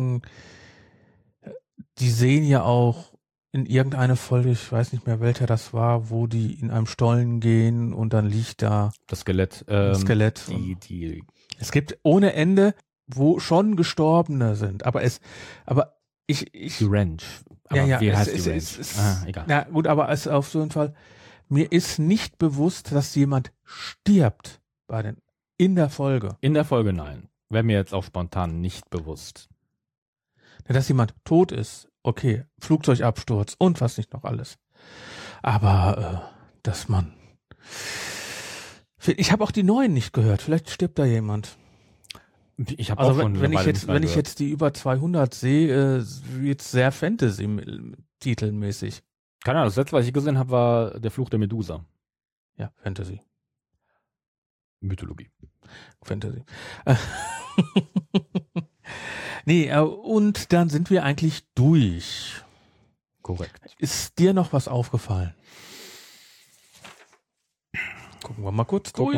die sehen ja auch in irgendeine Folge, ich weiß nicht mehr welcher das war, wo die in einem Stollen gehen und dann liegt da das Skelett. Es gibt ohne Ende, wo schon Gestorbene sind, aber die Ranch. Aber wie heißt die Ranch? Egal. Na gut, aber es auf jeden Fall, mir ist nicht bewusst, dass jemand stirbt in der Folge. In der Folge nein. Wäre mir jetzt auch spontan nicht bewusst. Dass jemand tot ist, okay, Flugzeugabsturz und was nicht noch alles. Aber dass man... Ich habe auch die neuen nicht gehört. Vielleicht stirbt da jemand. Ich habe auch schon wenn ich jetzt die über 200 sehe, jetzt sehr Fantasy-titelmäßig. Keine Ahnung, das letzte, was ich gesehen habe, war der Fluch der Medusa. Ja, Fantasy. Mythologie. Fantasy. Nee, und dann sind wir eigentlich durch. Korrekt. Ist dir noch was aufgefallen? Gucken wir mal kurz durch.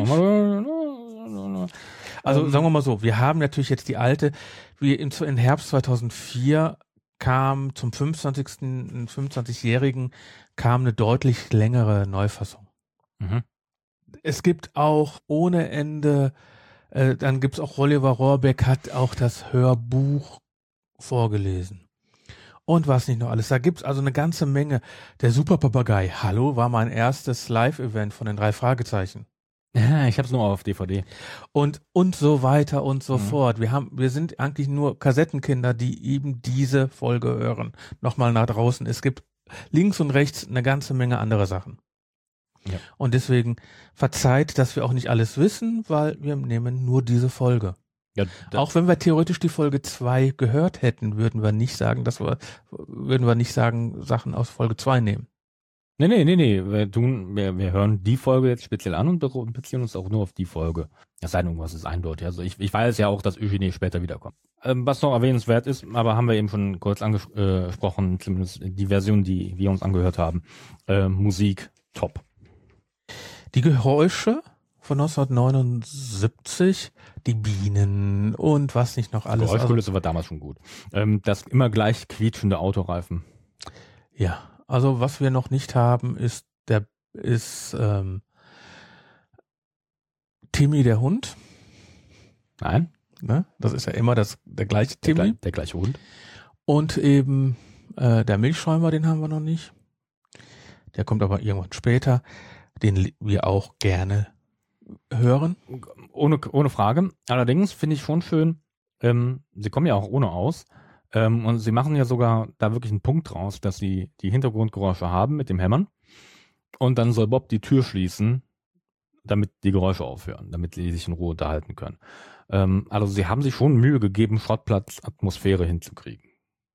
Also sagen wir mal so, wir haben natürlich jetzt die alte, in Herbst 2004 kam zum 25-Jährigen kam eine deutlich längere Neufassung. Mhm. Es gibt auch ohne Ende, dann gibt's auch Oliver Rohrbeck hat auch das Hörbuch vorgelesen. Und was nicht noch alles. Da gibt's also eine ganze Menge. Der Superpapagei, hallo, war mein erstes Live-Event von den 3 Fragezeichen. Ja, ich hab's nur auf DVD. Und so weiter und so fort. Wir sind eigentlich nur Kassettenkinder, die eben diese Folge hören. Nochmal nach draußen. Es gibt links und rechts eine ganze Menge andere Sachen. Ja. Und deswegen verzeiht, dass wir auch nicht alles wissen, weil wir nehmen nur diese Folge. Ja, auch wenn wir theoretisch die Folge 2 gehört hätten, würden wir nicht sagen, Sachen aus Folge 2 nehmen. Nee. Wir hören die Folge jetzt speziell an und beziehen uns auch nur auf die Folge. Es sei denn, irgendwas ist eindeutig. Also ich weiß ja auch, dass Eugenie später wiederkommt. Was noch erwähnenswert ist, aber haben wir eben schon kurz angesprochen, zumindest die Version, die wir uns angehört haben. Musik, top. Die Geräusche von 1979, die Bienen und was nicht noch alles. Geräuschkulisse war damals schon gut. Das immer gleich quietschende Autoreifen. Ja. Also was wir noch nicht haben, ist Timmy der Hund. Nein. Ne? Das ist ja immer der gleiche Timmy. Der gleiche Hund. Und eben der Milchschäumer, den haben wir noch nicht. Der kommt aber irgendwann später, den wir auch gerne hören. Ohne Frage. Allerdings finde ich schon schön, sie kommen ja auch ohne aus. Und sie machen ja sogar da wirklich einen Punkt draus, dass sie die Hintergrundgeräusche haben mit dem Hämmern. Und dann soll Bob die Tür schließen, damit die Geräusche aufhören, damit sie sich in Ruhe unterhalten können. Also sie haben sich schon Mühe gegeben, Schrottplatz-Atmosphäre hinzukriegen.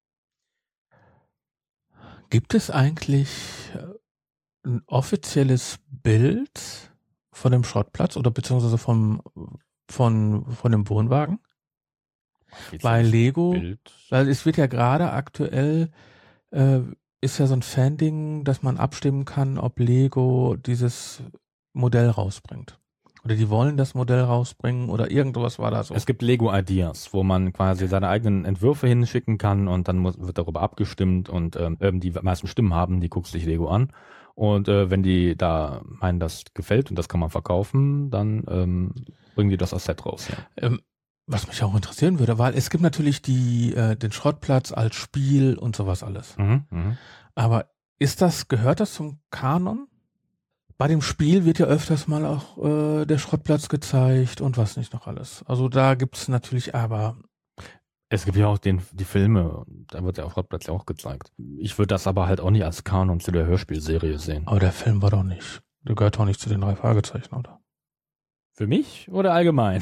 Gibt es eigentlich ein offizielles Bild von dem Schrottplatz oder beziehungsweise von dem Wohnwagen? Bei Lego, weil es wird ja gerade aktuell, ist ja so ein Fan-Ding, dass man abstimmen kann, ob Lego dieses Modell rausbringt. Oder die wollen das Modell rausbringen oder irgendwas war da so. Es gibt Lego-Ideas, wo man quasi seine eigenen Entwürfe hinschicken kann und dann wird darüber abgestimmt und die meisten Stimmen haben, die guckt sich Lego an. Und wenn die da meinen, das gefällt und das kann man verkaufen, dann bringen die das als Set raus. Ja. Was mich auch interessieren würde, weil es gibt natürlich den Schrottplatz als Spiel und sowas alles. Aber gehört das zum Kanon? Bei dem Spiel wird ja öfters mal auch der Schrottplatz gezeigt und was nicht noch alles. Also da gibt es natürlich, aber
Es gibt ja auch die Filme, da wird ja auch plötzlich auch gezeigt. Ich würde das aber halt auch nicht als Kanon zu der Hörspielserie sehen.
Aber der Film war doch nicht, der gehört doch nicht zu den 3 Fragezeichen, oder?
Für mich oder allgemein?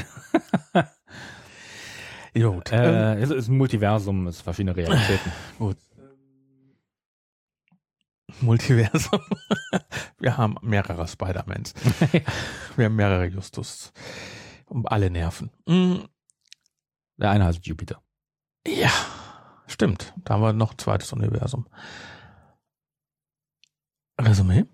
Gut.
Es ist ein Multiversum, es ist verschiedene Realitäten.
Gut. Multiversum. Wir haben mehrere Spider-Mans. Wir haben mehrere Justus. Um alle Nerven.
Der eine heißt Jupiter.
Ja, stimmt. Da haben wir noch ein zweites Universum. Resümee?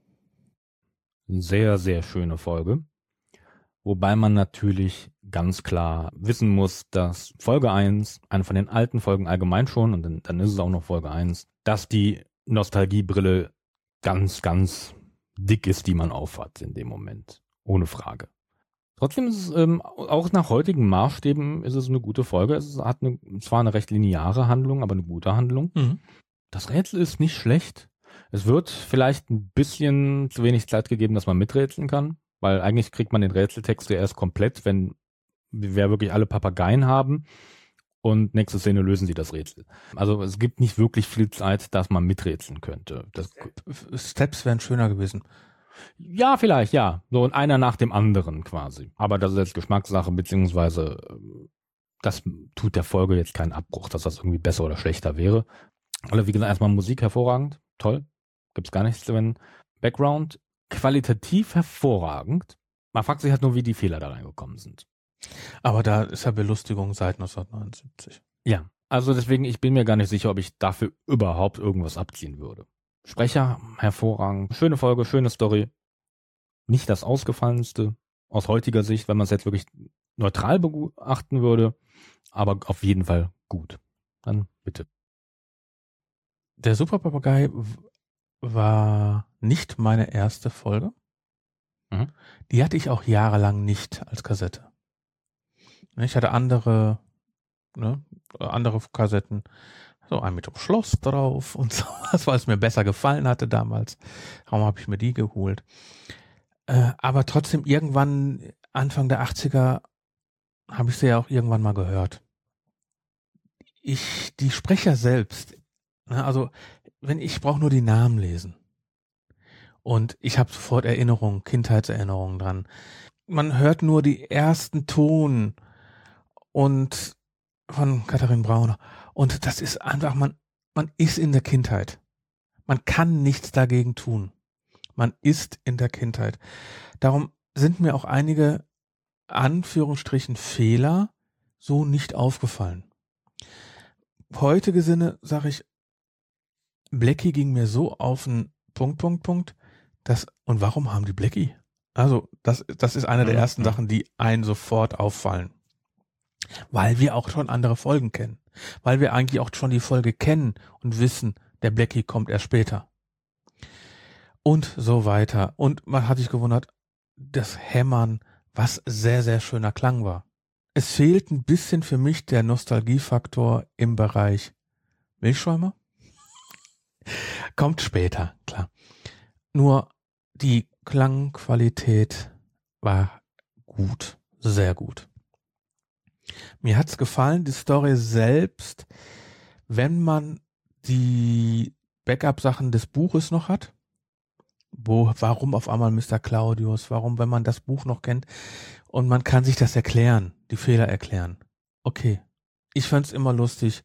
Sehr, sehr schöne Folge. Wobei man natürlich ganz klar wissen muss, dass Folge 1, eine von den alten Folgen allgemein schon, und dann ist es auch noch Folge 1, dass die Nostalgiebrille ganz, ganz dick ist, die man aufhat in dem Moment. Ohne Frage. Trotzdem ist es, auch nach heutigen Maßstäben ist es eine gute Folge. Es hat zwar eine recht lineare Handlung, aber eine gute Handlung. Mhm. Das Rätsel ist nicht schlecht. Es wird vielleicht ein bisschen zu wenig Zeit gegeben, dass man miträtseln kann, weil eigentlich kriegt man den Rätseltext ja erst komplett, wenn wir wirklich alle Papageien haben und nächste Szene lösen sie das Rätsel. Also es gibt nicht wirklich viel Zeit, dass man miträtseln könnte.
Steps wären schöner gewesen.
Ja, vielleicht, ja. So und einer nach dem anderen quasi. Aber das ist jetzt Geschmackssache, beziehungsweise das tut der Folge jetzt keinen Abbruch, dass das irgendwie besser oder schlechter wäre. Also wie gesagt, erstmal Musik hervorragend, toll. Gibt's gar nichts zu wenden. Background qualitativ hervorragend. Man fragt sich halt nur, wie die Fehler da reingekommen sind.
Aber da ist ja Belustigung seit 1979.
Ja, also deswegen, ich bin mir gar nicht sicher, ob ich dafür überhaupt irgendwas abziehen würde. Sprecher, hervorragend. Schöne Folge, schöne Story. Nicht das Ausgefallenste aus heutiger Sicht, wenn man es jetzt wirklich neutral beachten würde, aber auf jeden Fall gut. Dann bitte.
Der Superpapagei war nicht meine erste Folge. Mhm. Die hatte ich auch jahrelang nicht als Kassette. Ich hatte andere Kassetten, so ein mit dem Schloss drauf und so, weil es mir besser gefallen hatte damals. Darum habe ich mir die geholt. Aber trotzdem irgendwann, Anfang der 80er, habe ich sie ja auch irgendwann mal gehört. Die Sprecher selbst, also ich brauche nur die Namen lesen. Und ich habe sofort Erinnerungen, Kindheitserinnerungen dran. Man hört nur die ersten Ton und von Katharin Brauner. Und das ist einfach, man ist in der Kindheit. Man kann nichts dagegen tun. Man ist in der Kindheit. Darum sind mir auch einige Anführungsstrichen Fehler so nicht aufgefallen. Heutige Sinne sage ich, Blackie ging mir so auf den Punkt, und warum haben die Blackie? Also, das ist eine der ersten Sachen, die einen sofort auffallen. Weil wir auch schon andere Folgen kennen. Weil wir eigentlich auch schon die Folge kennen und wissen, der Blackie kommt erst später. Und so weiter. Und man hat sich gewundert, das Hämmern, was sehr, sehr schöner Klang war. Es fehlt ein bisschen für mich der Nostalgiefaktor im Bereich Milchschäumer. Kommt später, klar. Nur die Klangqualität war gut, sehr gut. Mir hat's gefallen, die Story selbst, wenn man die Backup-Sachen des Buches noch hat. Warum auf einmal Mr. Claudius? Warum, wenn man das Buch noch kennt und man kann sich das erklären, die Fehler erklären. Okay, ich fand's immer lustig.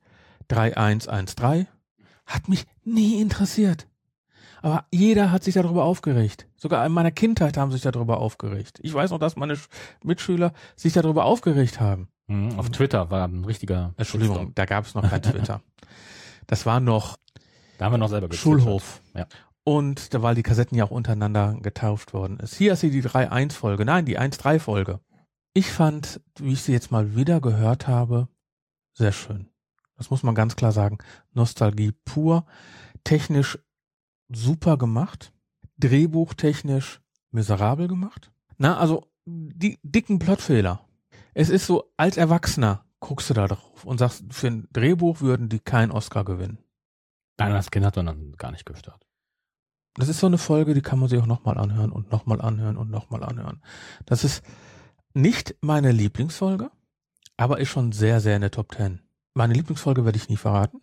3113 hat mich nie interessiert. Aber jeder hat sich darüber aufgeregt. Sogar in meiner Kindheit haben sich darüber aufgeregt. Ich weiß noch, dass meine Mitschüler sich darüber aufgeregt haben.
Auf Twitter war ein richtiger...
Entschuldigung, da gab es noch kein Twitter. Das war noch...
Da haben wir noch selber
Schulhof.
Ja.
Und da, weil die Kassetten ja auch untereinander getauft worden ist. Hier ist sie die 3.1-Folge. Nein, die 1.3-Folge. Ich fand, wie ich sie jetzt mal wieder gehört habe, sehr schön. Das muss man ganz klar sagen. Nostalgie pur. Technisch super gemacht. Drehbuchtechnisch miserabel gemacht. Also die dicken Plotfehler. Es ist so, als Erwachsener guckst du da drauf und sagst, für ein Drehbuch würden die keinen Oscar gewinnen.
Nein, das Kind hat man dann gar nicht gestört.
Das ist so eine Folge, die kann man sich auch nochmal anhören und nochmal anhören und nochmal anhören. Das ist nicht meine Lieblingsfolge, aber ist schon sehr, sehr in der Top 10. Meine Lieblingsfolge werde ich nie verraten.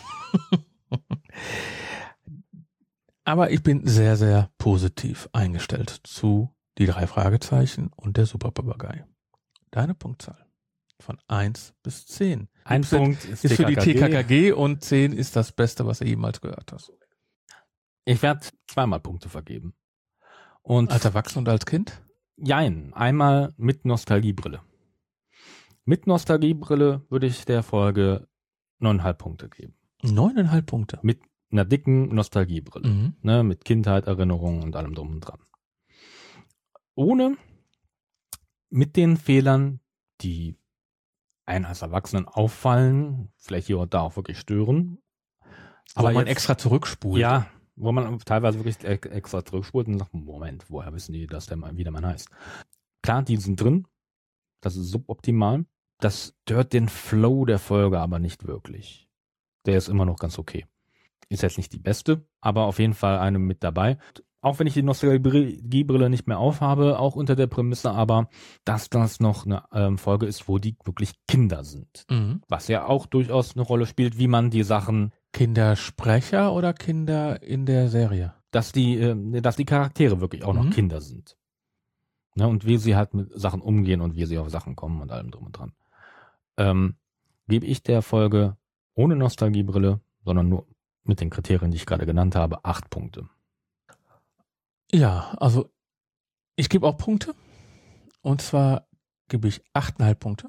Aber ich bin sehr, sehr positiv eingestellt zu die 3 Fragezeichen und der Superpapagei. Deine Punktzahl von 1 bis 10.
Ein Punkt
ist für die TKKG und 10 ist das Beste, was du jemals gehört hast.
Ich werde 2-mal Punkte vergeben. Und
als Erwachsener und als Kind?
Jein, einmal mit Nostalgiebrille. Mit Nostalgiebrille würde ich der Folge 9,5 Punkte geben.
9,5 Punkte?
Mit einer dicken Nostalgiebrille. Ne, mit Kindheit, Erinnerungen und allem drum und dran. Ohne mit den Fehlern, die einen als Erwachsenen auffallen, vielleicht hier und da auch wirklich stören.
Aber man extra zurückspult.
Ja, wo man teilweise wirklich extra zurückspult und sagt, Moment, woher wissen die, dass wie der Mann heißt? Klar, die sind drin. Das ist suboptimal. Das stört den Flow der Folge aber nicht wirklich. Der ist immer noch ganz okay. Ist jetzt nicht die beste, aber auf jeden Fall eine mit dabei. Auch wenn ich die Nostalgiebrille nicht mehr aufhabe, auch unter der Prämisse aber, dass das noch eine Folge ist, wo die wirklich Kinder sind. Was ja auch durchaus eine Rolle spielt, wie man die Sachen...
Kindersprecher oder Kinder in der Serie?
Dass die Charaktere wirklich auch noch Kinder sind. Ne, und wie sie halt mit Sachen umgehen und wie sie auf Sachen kommen und allem drum und dran. Gebe ich der Folge ohne Nostalgiebrille, sondern nur mit den Kriterien, die ich gerade genannt habe, 8 Punkte.
Ja, also ich gebe auch Punkte. Und zwar gebe ich 8,5 Punkte.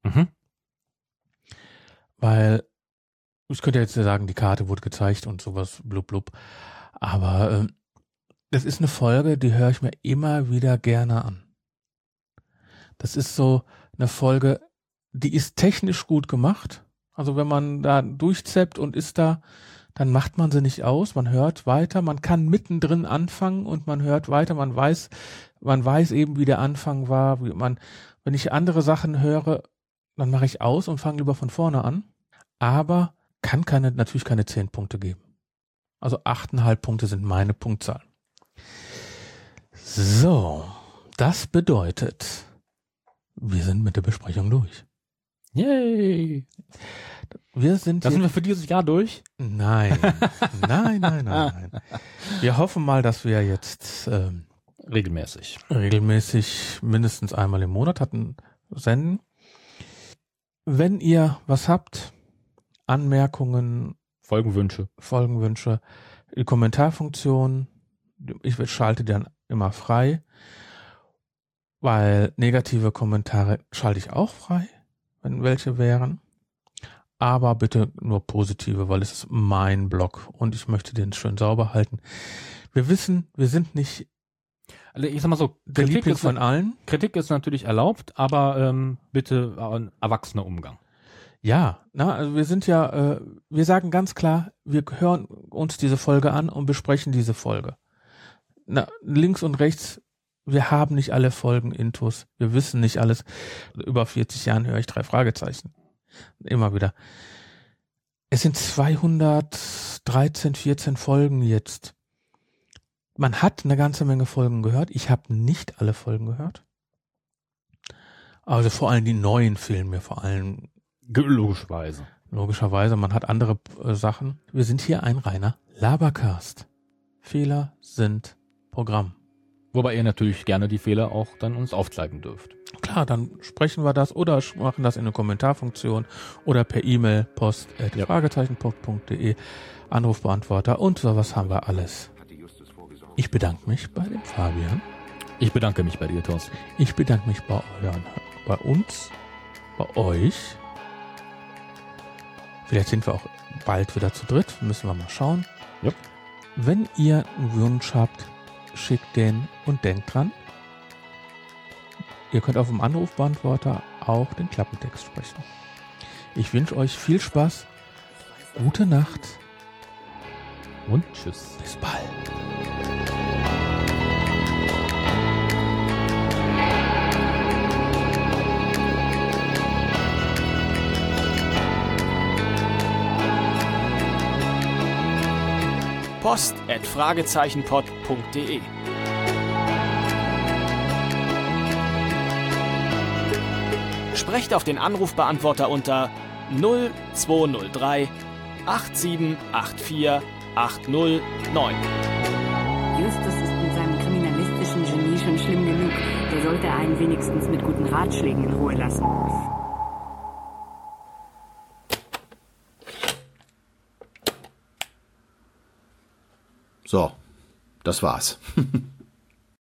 Weil ich könnte jetzt sagen, die Karte wurde gezeigt und sowas, blub blub. Aber das ist eine Folge, die höre ich mir immer wieder gerne an. Das ist so eine Folge, die ist technisch gut gemacht. Also wenn man da durchzappt und ist da, dann macht man sie nicht aus, man hört weiter, man kann mittendrin anfangen und man hört weiter, man weiß eben, wie der Anfang war, wenn ich andere Sachen höre, dann mache ich aus und fange lieber von vorne an, aber kann natürlich keine 10 Punkte geben. Also 8,5 Punkte sind meine Punktzahl. So, das bedeutet, wir sind mit der Besprechung durch.
Yay! Sind wir für dieses Jahr durch?
Nein. Wir hoffen mal, dass wir jetzt
regelmäßig
mindestens einmal im Monat senden. Wenn ihr was habt, Anmerkungen,
Folgenwünsche,
die Kommentarfunktion, ich schalte die dann immer frei, weil negative Kommentare schalte ich auch frei, wenn welche wären. Aber bitte nur positive, weil es ist mein Blog und ich möchte den schön sauber halten. Wir wissen, wir sind nicht,
also ich sag mal so,
der Liebling von allen.
Kritik ist natürlich erlaubt, aber bitte ein erwachsener Umgang.
Ja, also wir sind ja, wir sagen ganz klar, wir hören uns diese Folge an und besprechen diese Folge. Links und rechts, wir haben nicht alle Folgen intus, wir wissen nicht alles. Über 40 Jahren höre ich 3 Fragezeichen. Immer wieder. Es sind 213, 14 Folgen jetzt. Man hat eine ganze Menge Folgen gehört. Ich habe nicht alle Folgen gehört. Also vor allem die neuen fehlen mir vor allem. Logischerweise, man hat andere Sachen. Wir sind hier ein reiner Labercast. Fehler sind Programm.
Wobei ihr natürlich gerne die Fehler auch dann uns aufzeigen dürft.
Klar, dann sprechen wir das oder machen das in eine Kommentarfunktion oder per E-Mail post@fragezeichenpost.de, Anrufbeantworter und sowas haben wir alles. Ich bedanke mich bei dem Fabian.
Ich bedanke mich bei dir, Thorsten.
Ich bedanke mich bei uns, bei euch. Vielleicht sind wir auch bald wieder zu dritt, müssen wir mal schauen.
Ja.
Wenn ihr einen Wunsch habt, schickt den und denkt dran. Ihr könnt auf dem Anrufbeantworter auch den Klappentext sprechen. Ich wünsche euch viel Spaß, gute Nacht
und tschüss.
Bis bald.
post@fragezeichenpod.de. Sprecht auf den Anrufbeantworter unter 0203 8784 809.
Justus ist mit seinem kriminalistischen Genie schon schlimm genug. Der sollte einen wenigstens mit guten Ratschlägen in Ruhe lassen.
So, das war's.